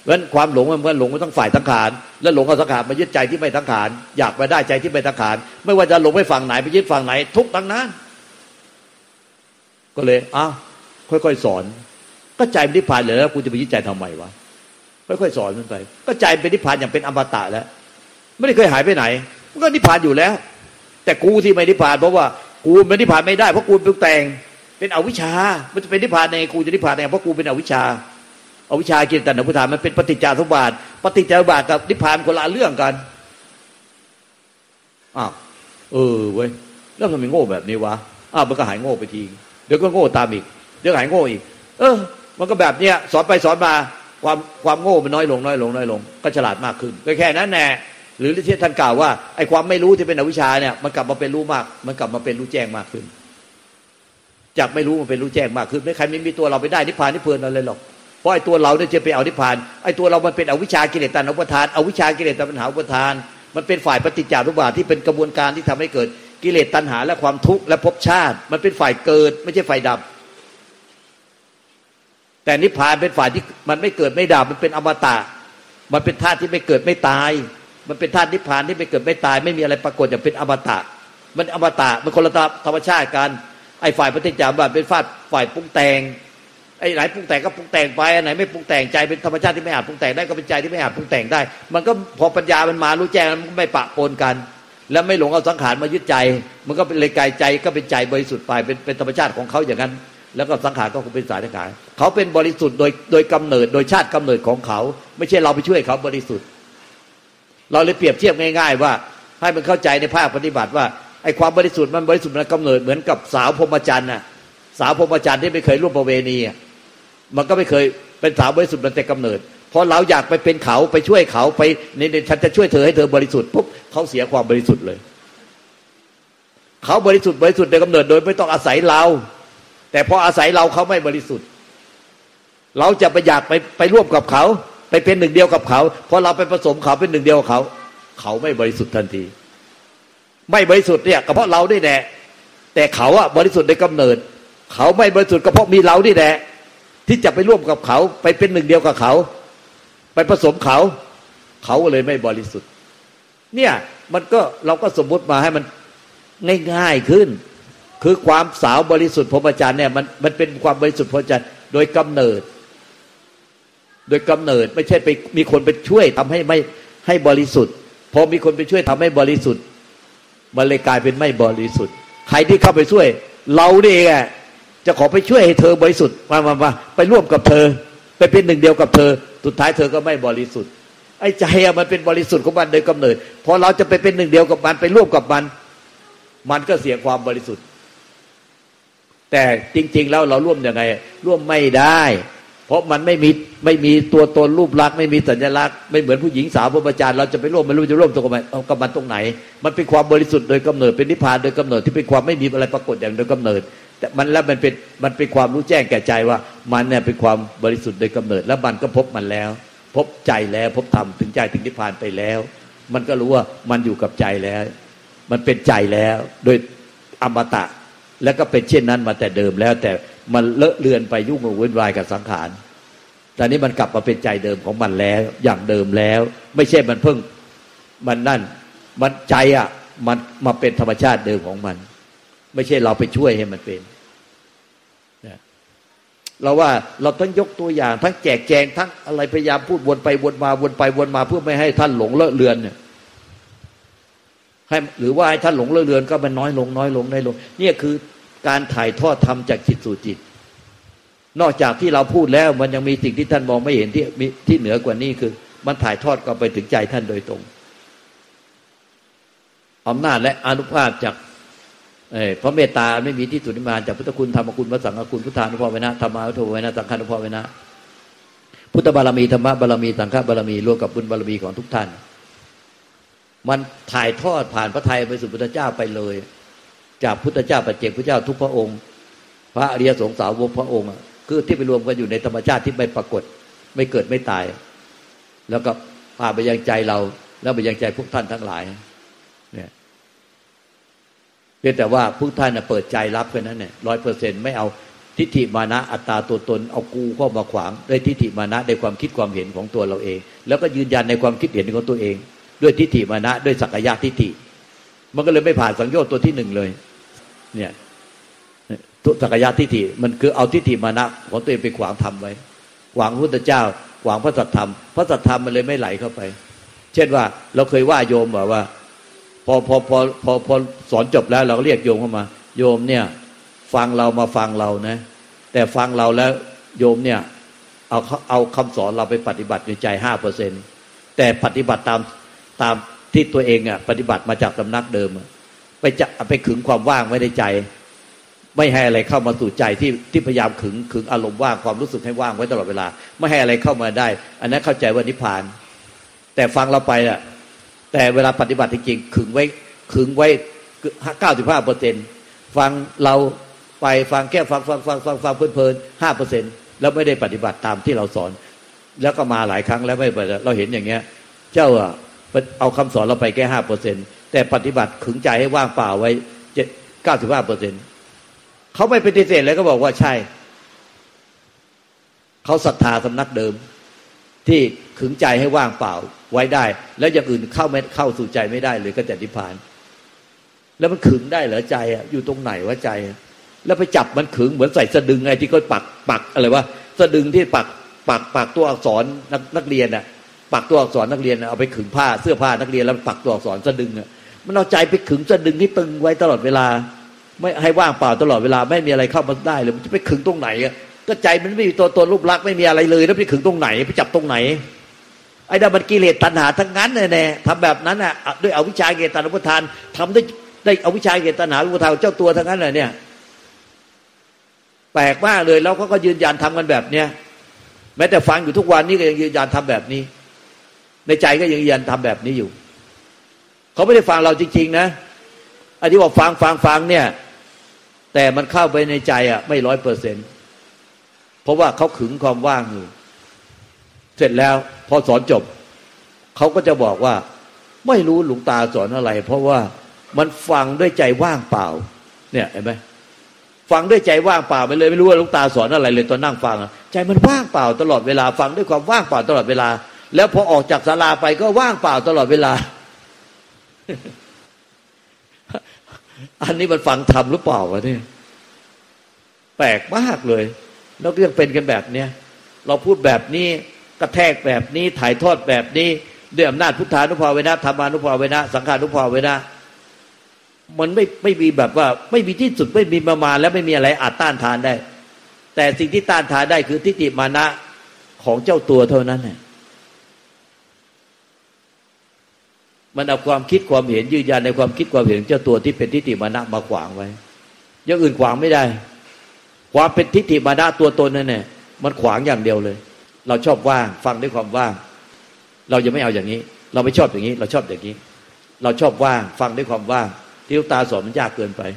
เพราะฉะนั้นความหลงมันหลงมันต้องฝ่ายสังขารแล้วหลงเอาสังขารมายึดใจที่ไม่สังขารอยากไปได้ใจที่ไม่สังขารไม่ว่าจะหลงไปฝั่งไหนไปยึดฝั่งไหนทุกทั้งนั้นก็เลยค่อยๆสอนก็ใจเป็นนิพพานเลยแล้วกูจะไปยึดใจทำไมวะค่อยๆสอนมันไปก็ใจเป็นนิพพานอย่างเป็นอมตะแล้วไม่ได้เคยหายไปไหนมันก็นิพพานอยู่แล้วแต่กูที่ไม่นิพพานเพราะว่ากูเป็นนิพพานไม่ได้เพราะกูปรุงแต่งเป็นอวิชชามันจะเป็นนิพพานในกูจะนิพพานในเพราะกูเป็นอวิชชากิเลสตัณหาอุปาทานมันเป็นปฏิจจสมุปบาทกับนิพพานคนละเรื่องกันเว้ยแล้วทำไมโง่แบบนี้วะมันก็หายโง่ไปทีเดี๋ยวก็โง่ตามอีกเดี๋ยวหายโง่อีกมันก็แบบเนี้ยสอนไปสอนมาความโง่มันน้อยลงก็ฉลาดมากขึ้นก็แค่นั้นแน่หรือที่ท่านกล่าวว่าไอ้ความไม่รู้ที่เป็นอวิชชาเนี่ยมันกลับมาเป็นรู้มากมันกลับมาเป็นรู้แจ้งมากขึ้นจากไม่รู้มันเป็นรู้แจ้งมากขึ้นไม่ใครไม่มีตัวเราไปได้นิพพานนิพเพลินอะไรหรอกเพราะไอ้ตัวเราเนี่ยจะไปเอานิพพานไอ้ตัวเรามันเป็นอวิชชากิเลสตัณหาอุปาทานอวิชชากิเลสตัณหาอุปาทานมันเป็นฝ่ายปฏิจจสมุปบาทที่เป็นกระบวนการที่ทำให้เกิดกิเลสตัณหาและความทุกข์และภพชาติมันเป็นฝ่ายเกิดไม่ใช่ฝ่ายดับแต่นิพพานเป็นฝ่ายที่มันไม่เกิดไม่ดับมันเป็นอมตะมันเป็นธาตุที่ไม่เกิดไม่ตายมันเป็นธาตุนิพพานที่ไม่เกิดไม่ตายไม่มีอะไรปรากฏอย่างเป็นอมตะมันอมตะมันคนละธรรมชาติกันไอ้ฝ่ายปฏิจจสมุปบาทเป็นฝ่ายปรุงแต่งไอ้ไหนปรุงแต่งก็ปรุงแต่งไปอันไหนไม่ปรุงแต่งใจเป็นธรรมชาติที่ไม่อาจปรุงแต่งได้ก็เป็นใจที่ไม่อาจปรุงแต่งได้มันก็พอปัญญามันมารู้แจ้งมันไม่ปะปนกันแล้วไม่หลงเอาสังขารมายึดใจมันก็เป็นเลยกายใจก็เป็นใจบริสุทธิ์ไปเป็นธรรมชาติของเขาอย่างนั้นแล้วก็สังขารก็คงเป็นสายสังขารเขาเป็นบริสุทธิ์โดยกำเนิดโดยชาติกำเนิดของเขาไม่ใช่เราไปช่วยเขาบริสุทธิ์เราเลยเปรียบเทียบง่ายๆว่าให้มันเข้าใจในภาคปฏิบัติว่าไอ้ความบริสุทธิ์มันบริสุทธิ์มันกำเนิดเหมือนกับสาวพรหมจรรย์น่ะสาวพรหมจรรย์ที่ไม่เคยร่วมประเวณีมันก็ไม่เคยเป็นสาวบริสุทธิ์มันแต่กำเนิดพอเราอยากไปเป็นเขาไปช่วยเขาไปในฉันจะช่วยเธอให้เธอบริสุทธิ์ปุ๊บเขาเสียความบริสุทธิ์เลยเขาบริสุทธิ์โดยกำเนิดโดยไม่ต้องอาศัยเราแต่พออาศัยเราเขาไม่บริสุทธิ์เราจะไปอยากไปร่วมกับเขาไปเป็นหนึ่งเดียวกับเขาพอเราไปผสมเขาเป็นหนึ่งเดียวกับเขาไม่บริสุทธิ์ทันทีไม่บริสุทธิ์เนี่ยก็เพราะเราได้แน่แต่เขาบริสุทธิ์โดยกำเนิดเขาไม่บริสุทธิ์ก็เพราะมีเราได้แน่ที่จะไปร่วมกับเขาไปเป็นหนึ่งเดียวกับเขาไปผสมเขาเลยไม่บริสุทธิ์เนี่ยมันก็เราก็สมมุติมาให้มันง่ายๆขึ้นคือความสาวบริสุทธิ์พรหมจรรย์เนี่ยมันเป็นความบริสุทธิ์พรหมจรรย์โดยกำเนิดไม่ใช่ไปมีคนไปช่วยทำให้ไม่ให้บริสุทธิ์พอมีคนไปช่วยทำให้บริสุทธิ์มันเลยกลายเป็นไม่บริสุทธิ์ใครที่เข้าไปช่วยเรานี่เองจะขอไปช่วยให้เธอบริสุทธิ์มาไปร่วมกับเธอไปเป็นหนึ่งเดียวกับเธอสุดท้ายเธอก็ไม่บริสุทธิ์ไอ้ใจมันเป็นบริสุทธิ์ของมันโดยกำเนิดพอเราจะไปเป็นหนึ่งเดียวกับมันไปร่วมกับมันก็เสียความบริสุทธิ์แต่จริงๆแล้วเราร่วมยังไงร่วมไม่ได้เพราะมันไม่มีตัวตนรูปลักษณ์ไม่มีสัญลักษณ์ไม่เหมือนผู้หญิงสาวพรหมจรรย์เราจะไปร่วมไม่รู้จะร่วมตรงกับมันตรงไหนมันเป็นความบริสุทธิ์โดยกำเนิดเป็นนิพพานโดยกำเนิดที่เป็นความไม่มีอะไรปรากฏอย่างโดยกำเนิดแต่มันเป็นความรู้แจ้งแก่ใจว่ามันเนี่ยเป็นความบริสุทธิ์โดยกำเนิดแล้วมันก็พบมันแล้วพบใจแล้วพบธรรมถึงใจถึงนิพพานไปแล้วมันก็รู้ว่ามันอยู่กับใจแล้วมันเป็นใจแล้วโดยอมตะแล้วก็เป็นเช่นนั้นมาแต่เดิมแล้วแต่มันเลอะเลือนไปยุ่งวุ่นวายกับสังขารตอนนี้มันกลับมาเป็นใจเดิมของมันแล้วอย่างเดิมแล้วไม่ใช่มันเพิ่งมันนั่นมันใจมันมาเป็นธรรมชาติเดิมของมันไม่ใช่เราไปช่วยให้มันเป็นเราว่าเราต้องยกตัวอย่างทั้งแจกแจงทั้งอะไรพยายามพูดวนไปวนมาเพื่อไม่ให้ท่านหลงเลอะเลือนเนี่ยให้หรือว่าให้ท่านหลงเลอะเลือนก็มันน้อยลงเนี่ยคือการถ่ายทอดธรรมจากจิตสู่จิตนอกจากที่เราพูดแล้วมันยังมีสิ่งที่ท่านมองไม่เห็นที่เหนือกว่านี้คือมันถ่ายทอดก็ไปถึงใจท่านโดยตรงอำนาจและอานุภาพจากพระเมตตาไม่มีที่สุดมาจากพุทธคุณธรรมคุณพระสังฆคุณพุทธานุภาเวนะธรรมานุภาเวนะสังฆานุภาเวนะพุทธบารมีธรรมบารมีสังฆบารมีรวมกับบุญบารมีของทุกท่านมันถ่ายทอดผ่านพระทัยไปสู่พุทธเจ้าไปเลยจากพุทธเจ้าปัจเจกพุทธเจ้าทุกพระองค์พระอริยสงฆ์สาวกพระองค์คือที่ไปรวมกันอยู่ในธรรมชาติที่ไม่ปรากฏไม่เกิดไม่ตายแล้วก็พาไปยังใจเราแล้วไปยังใจพวกท่านทั้งหลายเนี่ยเพียงแต่ว่าพวกท่านเปิดใจรับแค่นั้นเนี่ย 100% ไม่เอาทิฏฐิมานะอัตตาตัวตนเอากูเข้ามาขวางด้วยทิฏฐิมานะในความคิดความเห็นของตัวเราเองแล้วก็ยืนยันในความคิดเห็นของตัวเองด้วยทิฏฐิมานะด้วยสักกายทิฏฐิมันก็เลยไม่ผ่านสังโยชน์ตัวที่หนึ่งเลยเนี่ยตัวสักกายทิฏฐิมันคือเอาทิฏฐิมานะของตัวเองไปขวางธรรมไว้ขวางพระพุทธเจ้าขวางพระสัทธรรมพระสัทธรรมมันเลยไม่ไหลเข้าไปเช่นว่าเราเคยว่าโยมบอกว่าพอสอนจบแล้วเราก็เรียกโยมเข้ามาโยมเนี่ยฟังเรามาฟังเรานะแต่ฟังเราแล้วโยมเนี่ยเอาคำสอนเราไปปฏิบัติในใจ 5% แต่ปฏิบัติตามที่ตัวเองอ่ะปฏิบัติมาจากสำนักเดิมไปขึงความว่างไว้ในใจไม่ให้อะไรเข้ามาสู่ใจที่พยายามขึงอารมณ์ว่างความรู้สึกให้ว่างไว้ตลอดเวลาไม่ให้อะไรเข้ามาได้อันนั้นเข้าใจว่านิพพานแต่ฟังเราไปอ่ะแต่เวลาปฏิบัติจริงๆขึงไว้ 95% ฟังเราไปฟังแค่ฟังเพลินๆ 5% แล้วไม่ได้ปฏิบัติตามที่เราสอนแล้วก็มาหลายครั้งแล้วไม่เราเห็นอย่างเงี้ยเจ้าอ่ะเอาคำสอนเราไปแค่ 5% แต่ปฏิบัติขึงใจให้ว่างเปล่าไว้ 95% เขาไม่ปฏิเสธเลยก็บอกว่าใช่เขาศรัทธาสำนักเดิมที่ขึงใจให้ว่างเปล่าไว้ได้แล้วอย่างอื่นเข้าสู่ใจไม่ได้เลยก็จะนิพพานแล้วมันขึงได้เหรอใจอ่ะอยู่ตรงไหนวะใจแล้วไปจับมันขึงเหมือนใส่สะดึงไงที่เขาปักอะไรวะสะดึงที่ปักตัวอักษรนักเรียนอ่ะปักตัวอักษรนักเรียนเอาไปขึงผ้าเสื้อผ้านักเรียนแล้วปักตัวอักษรสะดึงอ่ะมันเอาใจไปขึงสะดึงที่ตึงไว้ตลอดเวลาไม่ให้ว่างเปล่าตลอดเวลาไม่มีอะไรเข้ามาได้เลยมันจะไปขึงตรงไหนอ่ะก็ใจมันไม่มีตัวตนรูปลักษณ์ไม่มีอะไรเลยแล้วไปขึงตรงไหนไปจับตรงไหนไอ้นั่นมันกิเลสตัณหาทั้งนั้นแน่ๆทำแบบนั้นอ่ะด้วยอวิชชากิเลสตัณหาอุปทานทำได้อวิชชากิเลสตัณหาอุปทานเจ้าตัวทั้งนั้นเลยเนี่ยแปลกมากเลยแล้วเขาก็ยืนยันทำกันแบบเนี้ยแม้แต่ฟังอยู่ทุกวันนี้ก็ยังยืนยันทำแบบนี้ในใจก็ยังยืนยันทำแบบนี้อยู่เขาไม่ได้ฟังเราจริงๆนะไอ้ที่ว่าฟังเนี่ยแต่มันเข้าไปในใจอ่ะไม่ 100%เพราะว่าเขาขึงความว่างอยู่เสร็จแล้วพอสอนจบเขาก็จะบอกว่าไม่รู้หลวงตาสอนอะไรเพราะว่ามันฟังด้วยใจว่างเปล่าเนี่ยเห็นไหมฟังด้วยใจว่างเปล่าไปเลยไม่รู้ว่าหลวงตาสอนอะไรเลยตอนนั่งฟังใจมันว่างเปล่าตลอดเวลาฟังด้วยความว่างเปล่าตลอดเวลาแล้วพอออกจากศาลาไปก็ว่างเปล่าตลอดเวลา อันนี้มันฟังธรรมหรือเปล่าวะเนี่ยแปลกมากเลยแล้วเรื่องเป็นกันแบบเนี้ยเราพูดแบบนี้กระแทกแบบนี้ถ่ายทอดแบบนี้ด้วยอำนาจพุทธานุภาเวนะธรรมานุภาเวนะสังฆานุภาเวนะมันไม่มีแบบว่าไม่มีที่สุดไม่มีประมาณและไม่มีอะไรอาจต้านทานได้แต่สิ่งที่ต้านทานได้คือทิฏฐิมานะของเจ้าตัวเท่านั้นแหละมันเอาความคิดความเห็นยืนยันในความคิดความเห็นเจ้าตัวที่เป็นทิฏฐิมานะมาขวางไว้อย่างอื่นขวางไม่ได้ความเป็นทิฏฐิมานะตัวตนนั่นแหละมันขวางอย่างเดียวเลยเราชอบว่างฟังด้วยความว่างเราจะไม่เอาอย่างนี้เราไม่ชอบอย่างนี้เราชอบอย่างนี้เราชอบว่างฟังด้วยความว่างที่หลวงตาสอนมันยากเกินไป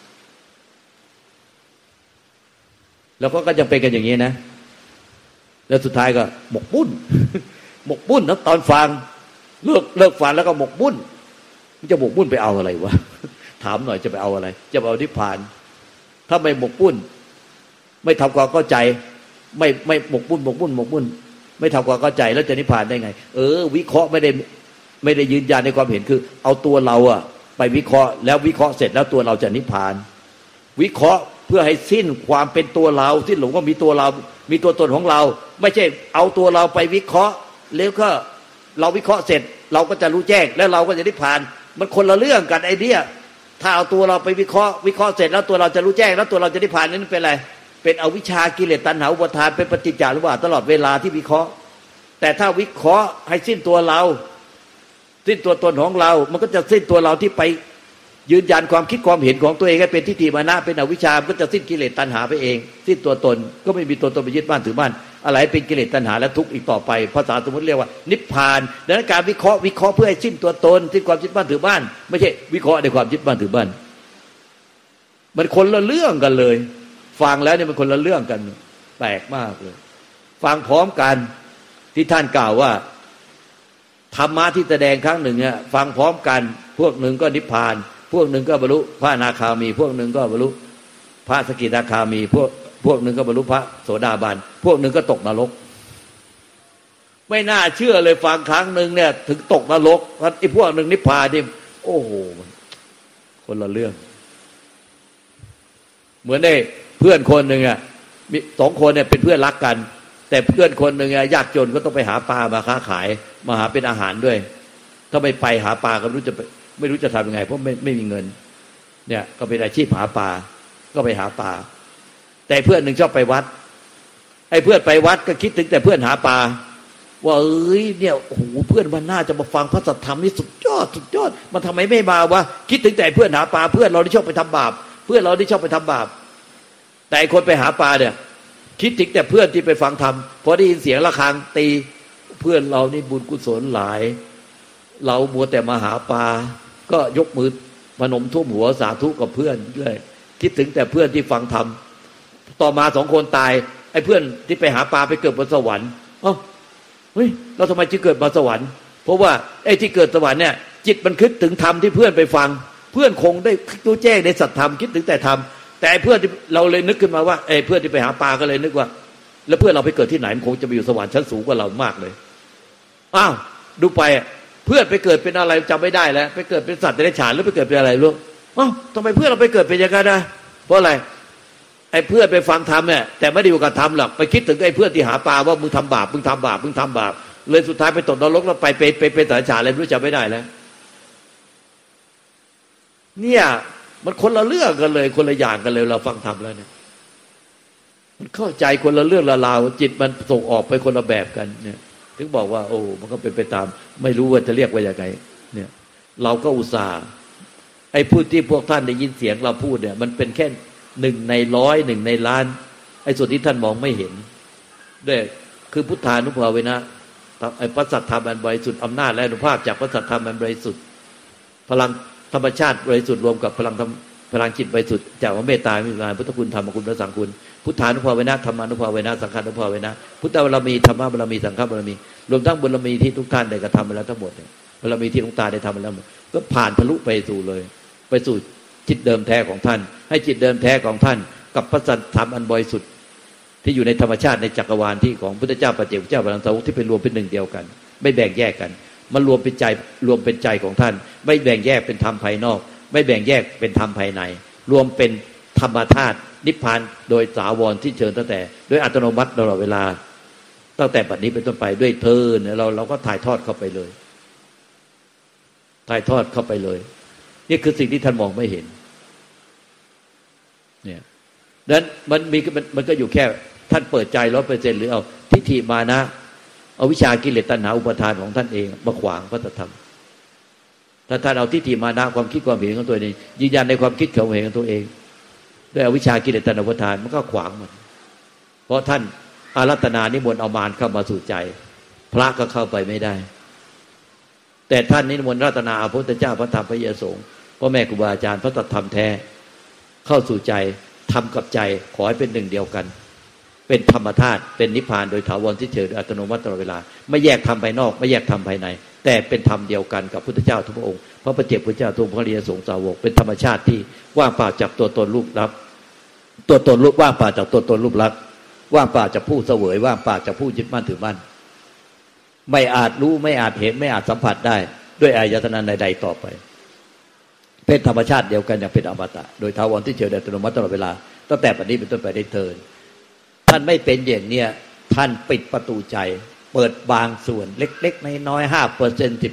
แล้วก็จะเป็นกันอย่างนี้นะแล้วสุดท้ายก็หมกบุ่น หมกบุ่นนะตอนฟังเลิกฟังแล้วก็หมกบุ่นมันจะหมกบุ่นไปเอาอะไรวะ ถามหน่อยจะไปเอาอะไรจะไปเอานิพพานถ้าไม่หมกบุ่นไม่ทำความเข้าใจไม่หมกบุ่นไม่ทำความเข้าใจแล้วจะนิพพานได้ไงวิเคราะห์ไม่ได้ยืนยันในความเห็นคือเอาตัวเราอะไปวิเคราะห์แล้ววิเคราะห์เสร็จแล้วตัวเราจะนิพพานวิเคราะห์เพื่อให้สิ้นความเป็นตัวเราที่หลงว่ามีตัวเรามีตัวตนของเราไม่ใช่เอาตัวเราไปวิเคราะห์แล้วก็เราวิเคราะห์เสร็จเราก็จะรู้แจ้งแล้วเราก็จะนิพพานมันคนละเรื่องกันไอ้เนี่ยถ้าเอาตัวเราไปวิเคราะห์เสร็จแล้วตัวเราจะรู้แจ้งแล้วตัวเราจะนิพพานนั้นเป็นอะไรเป็นอวิชชากิเลสตัณหาอุปาทานเป็นปฏิจจานุปัฏฐานตลอดเวลาที่วิเคราะห์แต่ถ้าวิเคราะห์ให้สิ้นตัวเราสิ้นตัวตนของเรามันก็จะสิ้นตัวเราที่ไปยืนยันความคิดความเห็นของตัวเองให้เป็นทิฏฐิมานะเป็นอวิชชามันก็จะสิ้นกิเลสตัณหาไปเองสิ้นตัวตนก็ไม่มีตัวตนไปยึดบ้านถือบ้านอะไรเป็นกิเลสตัณหาและทุกข์อีกต่อไปภาษาสมมติเรียกว่านิพพานดังนั้นการวิเคราะห์เพื่อให้สิ้นตัวตนสิ้นความยึดบ้านถือบ้านไม่ใช่วิเคราะห์ในความยึดบ้านถือบ้านมันคนละเรื่องกันเลยฟังแล้วเนี่ยมันคนละเรื่องกันแปลกมากเลยฟังพร้อมกันที่ท่านกล่าวว่าธรรมะที่แสดงครั้งหนึ่งเนี่ยฟังพร้อมกันพวกหนึ่งก็นิพพานพวกหนึ่งก็บรรลุพระอนาคามีพวกหนึ่งก็บรรลุพระสกิทาคามีพวกพวกหนึ่งก็บรรลุพระโสดาบันพวกหนึ่งก็ตกนรกไม่น่าเชื่อเลยฟังครั้งหนึ่งเนี่ยถึงตกนรกไอ้พวกหนึ่งนิพพานนี่โอ้โหคนละเรื่องเหมือนได้เพื่อนคนหนึ่งอ่ะมี2 คนเนี่ยเป็นเพื่อนรักกันแต่เพื่อนคนหนึ่งยากจนก็ต้องไปหาปลามาค้าขายมาหาเป็นอาหารด้วยถ้าไม่ไปหาปลาก็ไม่รู้จะทำยังไงเพราะไม่มีเงินเนี่ยก็เป็นอาชีพหาปลาก็ไปหาปลาแต่เพื่อนหนึ่งชอบไปวัดไอ้เพื่อนไปวัดก็คิดถึงแต่เพื่อนหาปลาว่าเนี่ยโอ้โหเพื่อนมันน่าจะมาฟังพระสัทธรรมนี่สุดยอดมันทำไมไม่มาวะคิดถึงแต่เพื่อนหาปลาเพื่อนเราที่ชอบไปทำบาปเพื่อนเราที่ชอบไปทำบาปแต่ไอ้คนไปหาปลาเนี่ยคิดถึงแต่เพื่อนที่ไปฟังธรรมพอได้ยินเสียงระฆังตีเพื่อนเรานี่บุญกุศลหลายเรามัวแต่มาหาปลาก็ยกมือพนมท่วมหัวสาธุกับเพื่อนเลยคิดถึงแต่เพื่อนที่ฟังธรรมต่อมา2 คนตายไอ้เพื่อนที่ไปหาปลาไปเกิดบนสวรรค์เฮ้ยเราทำไมจึงเกิดบนสวรรค์เพราะว่าไอ้ที่เกิดสวรรค์เนี่ยจิตมันคิดถึงธรรมที่เพื่อนไปฟังเพื่อนคงได้รู้แจ้งในสัจธรรมคิดถึงแต่ธรรมแต่เพื่อนที่เราเลยนึกขึ้นมาว่าเพื่อนที่ไปหาปลาก็เลยนึกว่าแล้วเพื่อนเราไปเกิดที่ไหนมันคงจะไปอยู่สวรรค์ชั้นสูงกว่าเรามากเลยอ้าวดูไปเพื่อนไปเกิดเป็นอะไรจำไม่ได้แล้วไปเกิดเป็นสัตว์เดรัจฉานหรือไปเกิดเป็นอะไรลูกทำไมเพื่อนเราไปเกิดเป็นอย่างนั้นนะเพราะอะไรไอ้เพื่อนไปฟังธรรมเนี่ยแต่ไม่ได้อยู่กับธรรมหรอกไปคิดถึงไอ้เพื่อนที่หาปลาว่ามึงทำบาปเลยสุดท้ายไปตกนรกแล้วไปเป็นสัตว์เดรัจฉานอะไรไม่รู้จำไม่ได้แล้วเนี่ยมันคนละเรื่องกันเลยคนละอย่างกันเลยเราฟังธรรมแล้วเนี่ยมันเข้าใจคนละเรื่องละราวจิตมันส่งออกไปคนละแบบกันเนี่ยถึงบอกว่าโอ้มันก็เป็นไปตามไม่รู้ว่าจะเรียกว่าอย่างไรเนี่ยเราก็อุตส่าห์ไอ้พูดที่พวกท่านได้ยินเสียงเราพูดเนี่ยมันเป็นแค่1 ใน 100 1 ใน ล้านไอ้ส่วนที่ท่านมองไม่เห็นด้วยคือพุทธานุภาเวนะไอ้พระสัทธรรมอันบริสุทธิ์อำนาจและอนุภาพจากพระสัทธรรมอันบริสุทธิ์พลังธรรมชาติบริสุทธิ์รวมกับพลังจิตบริสุทธิ์จากเมตตามีงานพุทธคุณธรรมคุณพระสังฆคุณพุทธานุภาเวนะธรรมานุภาเวนะสังฆานุภาเวนะพุทธบารมีธรรมบารมีสังฆบารมีรวมทั้งบารมีที่ทุกท่านได้กระทำมาแล้วทั้งหมดเนี่ยบารมีที่หลวงตาได้ทำมาแล้วก็ผ่านทะลุไปสู่เลยไปสู่จิตเดิมแท้ของท่านให้จิตเดิมแท้ของท่านกับพระสัทธรรมอันบริสุทธิ์ที่อยู่ในธรรมชาติในจักรวาลที่ของพุทธเจ้าปัจเจกพุทธเจ้าพระสาวกที่เป็นรวมเป็นหนึ่งเดียวกันไม่แบ่งแยกกันมันรวมเป็นใจของท่านไม่แบ่งแยกเป็นธรรมภายนอกไม่แบ่งแยกเป็นธรรมภายในรวมเป็นธรรมธาตุนิพพานโดยถาวรที่เชิญตั้งแต่โดยอัตโนมัติตลอดเวลาตั้งแต่บัดนี้เป็นต้นไปด้วยเทินเราก็ถ่ายทอดเข้าไปเลยถ่ายทอดเข้าไปเลยนี่คือสิ่งที่ท่านมองไม่เห็นเนี่ยนั้นมันก็อยู่แค่ท่านเปิดใจ 100% หรือเอาทิฏฐิมานะเอาวิชากิเลสตัณหาอุปาทานของท่านเองมาขวางพระธรรมถ้าท่านเอาทิฏฐิมานะความคิดความเห็นของตัวเองยืนยันในความคิดความเห็นของตัวเองด้วยอวิชชากิเลสตัณหาอุปาทานมันก็ขวางมันเพราะท่านอารัตนานิมนต์เอามารเข้ามาสู่ใจพระก็เข้าไปไม่ได้แต่ท่านนิมนต์รัตนาพระพุทธเจ้าพระธรรมพระยสงฆ์พ่อแม่ครูบาอาจารย์พระธรรมแท้เข้าสู่ใจทำกับใจขอให้เป็นหนึ่งเดียวกันเป็นธรรมธาตุเป็นนิพพานโดยถาวรที่เฉยโดยอัตโนมัติตลอดเวลาไม่แยกธรรมภายนอกไม่แยกธรรมภายในแต่เป็นธรรมเดียวกันกับพุทธเจ้าทุกพระองค์พระปัจเจกพุทธเจ้าทุกพระอริยสงฆ์สาวกเป็นธรรมชาติที่ว่างเปล่าจากตัวตนรูปลักษณ์ตัวตนรูปว่างเปล่าจากตัวตนรูปลักษณ์ว่างเปล่าจากผู้เสวยว่างเปล่าจากผู้ยึดมั่นถือมั่นไม่อาจรู้ไม่อาจเห็นไม่อาจสัมผัสได้ด้วยอายตนะใดๆต่อไปเป็นธรรมชาติเดียวกันอย่างเป็นอมตะโดยถาวรที่เฉยโดยอัตโนมัติตลอดเวลาตั้งแต่บัดนี้เป็นต้นไปได้เถิดท่านไม่เป็นอย่างเนี้ยท่านปิดประตูใจเปิดบางส่วนเล็กๆน้อยๆ 5%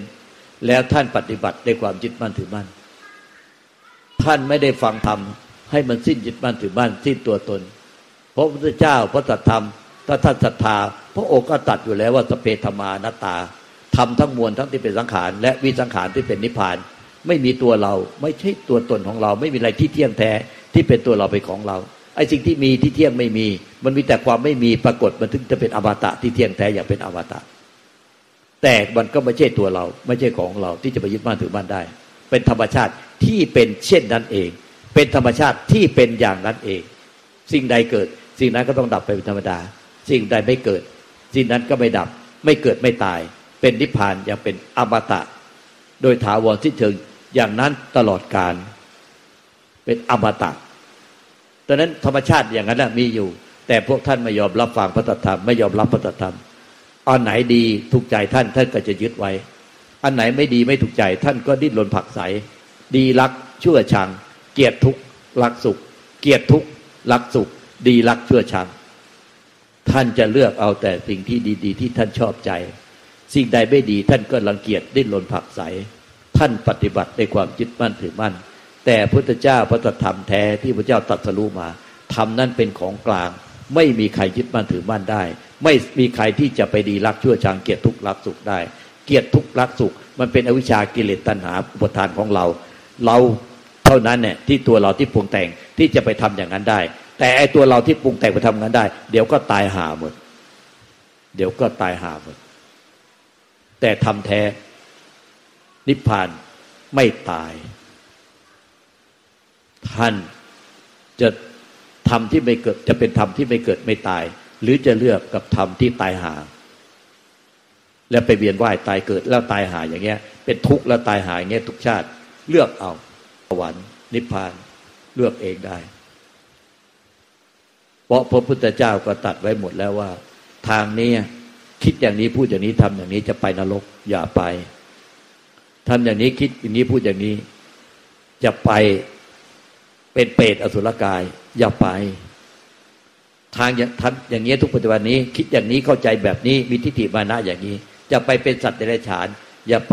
10% แล้วท่านปฏิบัติด้วยความยึดมั่นถือมั่นท่านไม่ได้ฟังธรรมให้มันสิ้นยึดมั่นถือมั่นสิ้นตัวตนเพราะพระพุทธเจ้าพระสัทธรรมถ้าท่านศรัทธาพระองค์ก็ตรัสอยู่แล้วว่าสเพธรรมานัตตาธรรมทั้งมวลทั้งที่เป็นสังขารและวิสังขารที่เป็นนิพพานไม่มีตัวเราไม่ใช่ตัวตนของเราไม่มีอะไรที่เที่ยงแท้ที่เป็นตัวเราเป็นของเราไอ้สิ่งที่มีที่เที่ยงไม่มีมันมีแต่ความไม่มีปรากฏมันถึงจะเป็นอมตะที่เที่ยงแท้อย่างเป็นอมตะแต่มันก็ไม่ใช่ตัวเราไม่ใช่ของเราที่จะไปยึดมั่นถือมั่นได้เป็นธรรมชาติที่เป็นเช่นนั้นเองเป็นธรรมชาติที่เป็นอย่างนั้นเองสิ่งใดเกิดสิ่งนั้นก็ต้องดับไปเป็นธรรมดาสิ่งใดไม่เกิดสิ่งนั้นก็ไม่ดับไม่เกิดไม่ตายเป็นนิพพานอย่างเป็นอมตะโดยถาวรสิ้นเชิงอย่างนั้นตลอดกาลเป็นอมตะตอนนั้นธรรมชาติอย่างนั้นมีอยู่แต่พวกท่านไม่ยอมรับฟังพระธรรมไม่ยอมรับพระธรรมอันไหนดีถูกใจท่านก็จะยึดไว้อันไหนไม่ดีไม่ถูกใจท่านก็ดิ้นรนผลักไสดีรักชั่วชังเกลียดทุกข์รักสุขเกลียดทุกข์รักสุขดีรักชั่วชังท่านจะเลือกเอาแต่สิ่งที่ดีๆที่ท่านชอบใจสิ่งใดไม่ดีท่านก็รังเกียจดิ้นรนผลักไสท่านปฏิบัติในความยึดมั่นถือมั่นแต่พุทธเจ้าพระธรรมแท้ที่พระเจ้าตรัสรู้มาธรรมนั้นเป็นของกลางไม่มีใครยึดมั่นถือมั่นได้ไม่มีใครที่จะไปดีรักชั่วชังเกลียดทุกข์รักสุขได้เกลียดทุกข์รักสุขมันเป็นอวิชชากิเลสตัณหาอุปทานของเราเท่านั้นเนี่ยที่ตัวเราที่ปรุงแต่งที่จะไปทำอย่างนั้นได้แต่ไอ้ตัวเราที่ปรุงแต่งไปทำงั้นได้เดี๋ยวก็ตายห่าหมดเดี๋ยวก็ตายห่าหมดแต่ทำแท้นิพพานไม่ตายท่านจะธรรมที่ไม่เกิดจะเป็นธรรมที่ไม่เกิดไม่ตายหรือจะเลือกกับธรรมที่ตายห่าแล้วไปเวียนว่ายตายเกิดแล้วตายห่าอย่างเงี้ยเป็นทุกข์แล้วตายห่าอย่างเงี้ยทุกชาติเลือกเอาสวรรค์นิพพานเลือกเองได้เพราะพระพุทธเจ้าก็ตรัสไว้หมดแล้วว่าทางนี้คิดอย่างนี้พูดอย่างนี้ทำอย่างนี้จะไปนรกอย่าไปทำอย่างนี้คิดอย่างนี้พูดอย่างนี้จะไปเป็นเปรตอสุรกายอย่าไปทางทำอย่างนี้ทุกปัจจุบันนี้คิดอย่างนี้เข้าใจแบบนี้มีทิฏฐิมานะอย่างนี้จะไปเป็นสัตว์เดรัจฉานอย่าไป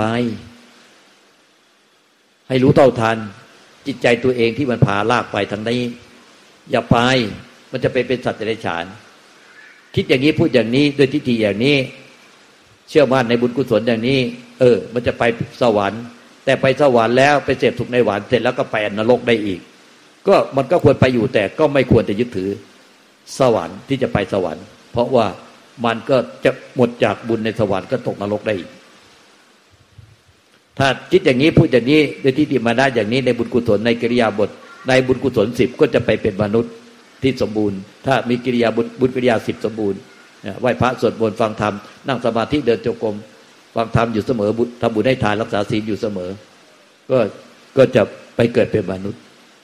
ให้รู้เท่าทันจิตใจตัวเองที่มันพาลากไปทางนี้อย่าไปมันจะไปเป็นสัตว์เดรัจฉานคิดอย่างนี้พูดอย่างนี้ด้วยทิฏฐิอย่างนี้เชื่อมั่นในบุญกุศลอย่างนี้มันจะไปสวรรค์แต่ไปสวรรค์แล้วไปเสพสุขในหวานเสร็จแล้วก็ไปนรกได้อีกก็มันก็ควรไปอยู่แต่ก็ไม่ควรจะยึดถือสวรรค์ที่จะไปสวรรค์เพราะว่ามันก็จะหมดจากบุญในสวรรค์ก็ตกนรกได้อีกถ้าคิดอย่างนี้พูดอย่างนี้โดยทิฏฐิมานะอย่างนี้ในบุญกุศลในกิริยาบทในบุญกุศล10ก็จะไปเป็นมนุษย์ที่สมบูรณ์ถ้ามีกิริยาบุญกิริยา10สมบูรณ์ไหว้พระสวดมนต์ฟังธรรมนั่งสมาธิเดินจงกรมฟังธรรมอยู่เสมอทำบุญให้ทานรักษาศีลอยู่เสมอก็จะไปเกิดเป็นมนุษย์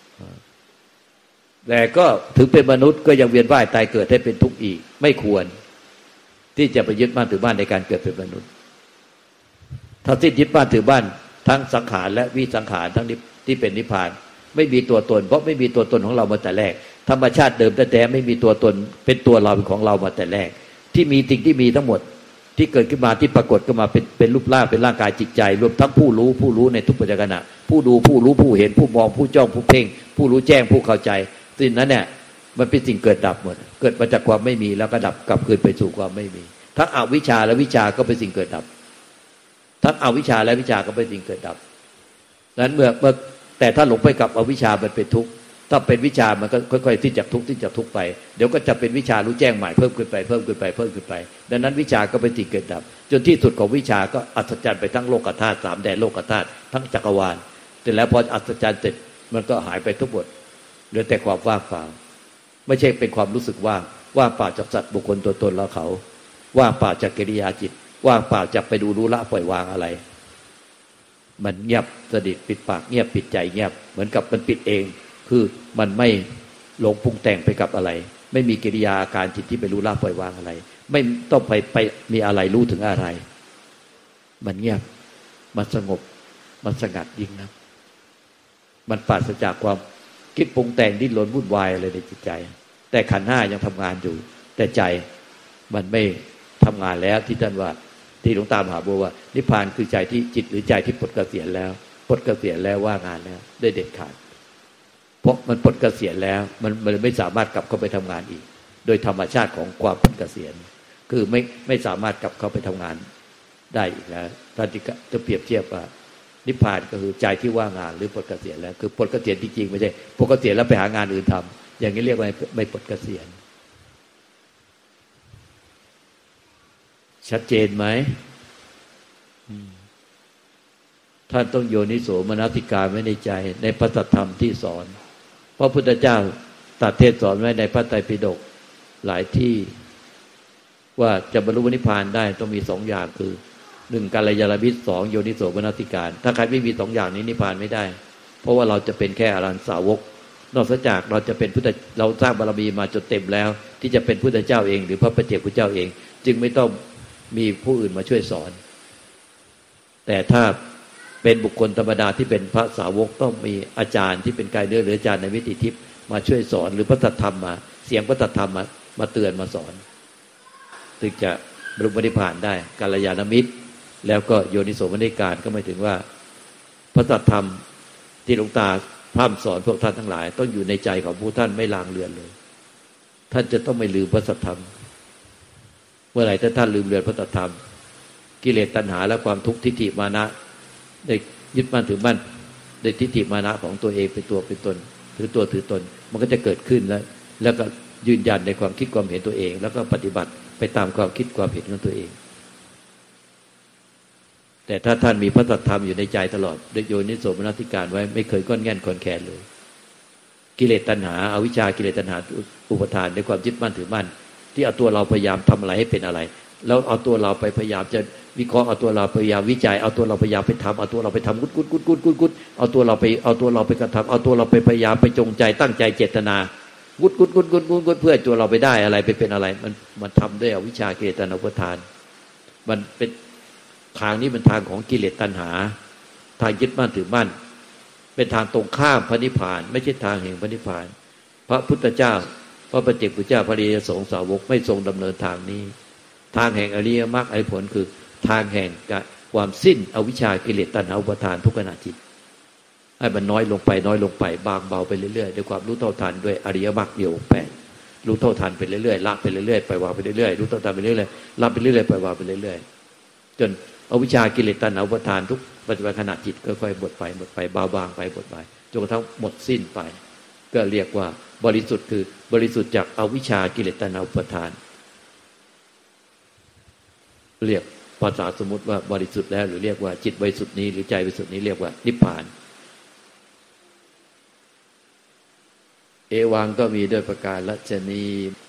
แต่ก็ถึงเป็นมนุษย์ก็ยังเวียนว่ายตายเกิดให้เป็นทุกข์อีกไม่ควรที่จะไปยึดมั่นถือมั่นในการเกิดเป็นมนุษย์ถ้าสิ้นยึดมั่นถือมั่นทั้งสังขารและวิสังขารทั้งที่เป็นนิพพานไม่มีตัวตนเพราะไม่มีตัวตนของเรามาแต่แรกธรรมชาติเดิมแต่ไม่มีตัวตนเป็นตัวเราเป็นของเรามาแต่แรกที่มีสิ่งที่มีทั้งหมดที่เกิดขึ้นมาที่ปรากฏขึ้นมาเป็นรูปร่างเป็นร่างกายจิตใจรวมทั้งผู้รู้ในทุกปัจจุบันผู้ดูผู้รู้ผู้เห็นผู้มองผู้จ้องผู้เพ่งผู้รู้แจ้งผู้เข้าใจสิ่งนั้นเนี่ยมันเป็นสิ่งเกิดดับหมดเกิดมาจากความไม่มีแล้วก็ดับกลับคืนไปสู่ความไม่มีทั้งอวิชชาและวิชาก็เป็นสิ่งเกิดดับทั้งอวิชชาและวิชาก็เป็นสิ่งเกิดดับนั้นเมื่อแต่ถ้าหลงไปกับอวิชชามันเป็นทุกข์ถ้าเป็นวิชามันก็ค่อยๆที่จะทุกข์ไปเดี๋ยวก็จะเป็นวิชารู้แจ้งใหม่เพิ่มขึ้นไปดังนั้นวิชาก็เป็นสิ่งเกิดดับจนที่สุดของวิชาก็อัศจรรย์ไปทั้งโลกธาตุ3แดนโลกธาตุทั้งจักรวาลเสร็จแล้วพออัศจรรย์เสร็จมันก็หายไปทุกหมดเหลือแต่ความว่างเปล่าไม่ใช่เป็นความรู้สึกว่างเปล่าจากสัตว์บุคคลตัวตนเราเขาว่างเปล่าจากกิริยาจิตว่างเปล่าจากไปดูรู้ละปล่อยวางอะไรมันเงียบสนิทปิดปากเงียบปิดใจเงียบเหมือนกับมันปิดเองคือมันไม่หลงปรุงแต่งไปกับอะไรไม่มีกิริยาอาการจิตที่ไปรู้ละปล่อยวางอะไรไม่ต้องไปมีอะไรรู้ถึงอะไรมันเงียบมันสงบมันสงัดยิ่งนะมันปราศจากความคิดปรุงแต่งดิ้นรนวุ่นวายอะไรในจิตใจแต่ขันธ์5ยังทำงานอยู่แต่ใจมันไม่ทำงานแล้วที่ท่านว่าที่หลวงตามหาบัวว่านิพพานคือใจที่จิตหรือใจที่ปลดเกษียณแล้วว่างานแล้วได้เด็ดขาดเพราะมันปลดเกษียณแล้วมันไม่สามารถกลับเข้าไปทำงานอีกโดยธรรมชาติของความปลดเกษียณคือไม่สามารถกลับเข้าไปทำงานได้อีกแล้วท่านจะเปรียบเทียบว่านิพพานก็คือใจที่ว่างงานหรือปลดเกษียณแล้วคือปลดเกษียณจริงๆไม่ใช่ปลดเกษียณแล้วไปหางานอื่นทำอย่างนี้เรียกว่าไม่ปลดเกษียณชัดเจนไหมท่านต้องโยนิโสมนสิการไว้ในใจในพระสัทธรรมที่สอนเพราะพุทธเจ้าตรัสเทศสอนไว้ในพระไตรปิฎกหลายที่ว่าจะบรรลุนิพพานได้ต้องมี2อย่างคือ1กัลยาณมิตร2โยนิโสมนสิการถ้าใครไม่มี2อย่างนี้นิพพานไม่ได้เพราะว่าเราจะเป็นแค่อรหันตสาวกนอกจากเราจะเป็นพุทธเราสร้างบารมีมาจนเต็มแล้วที่จะเป็นพุทธเจ้าเองหรือพระปัจเจกพุทธเจ้าเองจึงไม่ต้องมีผู้อื่นมาช่วยสอนแต่ถ้าเป็นบุคคลธรรมดาที่เป็นพระสาวกต้องมีอาจารย์ที่เป็นกายเนื้อหรืออาจารย์ในวิถีทิพย์มาช่วยสอนหรือพระธรรมมาเสียงพระธรรมมาเตือนมาสอนถึงจะบรรลุนิพพานได้กัลยาณมิตรแล้วก็โยนิโสมนสิการก็หมายถึงว่าพระธรรมที่หลวงตาพร่ำสอนพวกท่านทั้งหลายต้องอยู่ในใจของผู้ท่านไม่ลางเลือนเลยท่านจะต้องไม่ลืมพระธรรมเมื่อไหร่ถ้าท่านลืมเลือนพระธรรมกิเลสตัณหาและความทุกข์ทิฏฐิมานะได้ยึดมั่นถือมั่นได้ทิฏฐิมานะของตัวเองเป็นตัวเป็นตนถือตัวถือตนมันก็จะเกิดขึ้นแล้วก็ยืนยันในความคิดความเห็นตัวเองแล้วก็ปฏิบัติไปตามความคิดความเห็นของตัวเองแต่ถ้าท่านมีพระธรรมอยู่ในใจตลอดโยนิโสมนสิการไว้ไม่เคยก้อนแง่นคอนแคนเลยกิเลสตัณหาอวิชชากิเลสตัณหาอุปทานในความยึดมั่นถือมั่นที่เอาตัวเราพยายามทำอะไรให้เป็นอะไรแล้วเอาตัวเราไปพยายามจะวิเคราะห์เอาตัวเราพยายามวิจัยเอาตัวเราพยายามไปทำเอาตัวเราไปทำกุดเอาตัวเราไปกระทำเอาตัวเราไปพยายามไปจงใจตั้งใจเจตนากุดเพื่อตัวเราไปได้อะไรไปเป็นอะไรมันทำด้วยอวิชชากิเลสตัณหาอุปทานมันเป็นทางนี้เป็นทางของกิเลสตัณหาทางยึดมั่นถือมั่นเป็นทางตรงข้ามพระนิพพานไม่ใช่ทางแห่งพระนิพพานพระพุทธเจ้าพระปัจเจกพุทธเจ้าพระอริยสงฆ์สาวกไม่ทรงดำเนินทางนี้ทางแห่งอริยมรรคอริยผลคือทางแห่งความสิ้นอวิชชากิเลสตัณหาอุปทานทุกขณะจิตให้มันน้อยลงไปบางเบาไปเรื่อยๆด้วยความรู้เท่าทันด้วยอริยมรรคเดียวแปดรู้เท่าทันไปเรื่อยๆละไปเรื่อยๆปล่อยวางไปเรื่อยๆรู้เท่าทันไปเรื่อยๆละไปเรื่อยๆปล่อยวางไปเรื่อยๆจนอวิชชากิเลสตัณหาอุปทานทุกปัจจุบันขณะจิตค่อยๆหมดไปเบาบางไปหมดไปจนกระทั่งหมดสิ้นไปก็เรียกว่าบริสุทธิ์คือบริสุทธิ์จากอวิชชากิเลสตัณหาอุปทานเรียกภาษาสมมุติว่าบริสุทธิ์แล้วหรือเรียกว่าจิตบริสุทธิ์นี้หรือใจบริสุทธิ์นี้เรียกว่านิพพานเอวังก็มีด้วยประการฉะนี้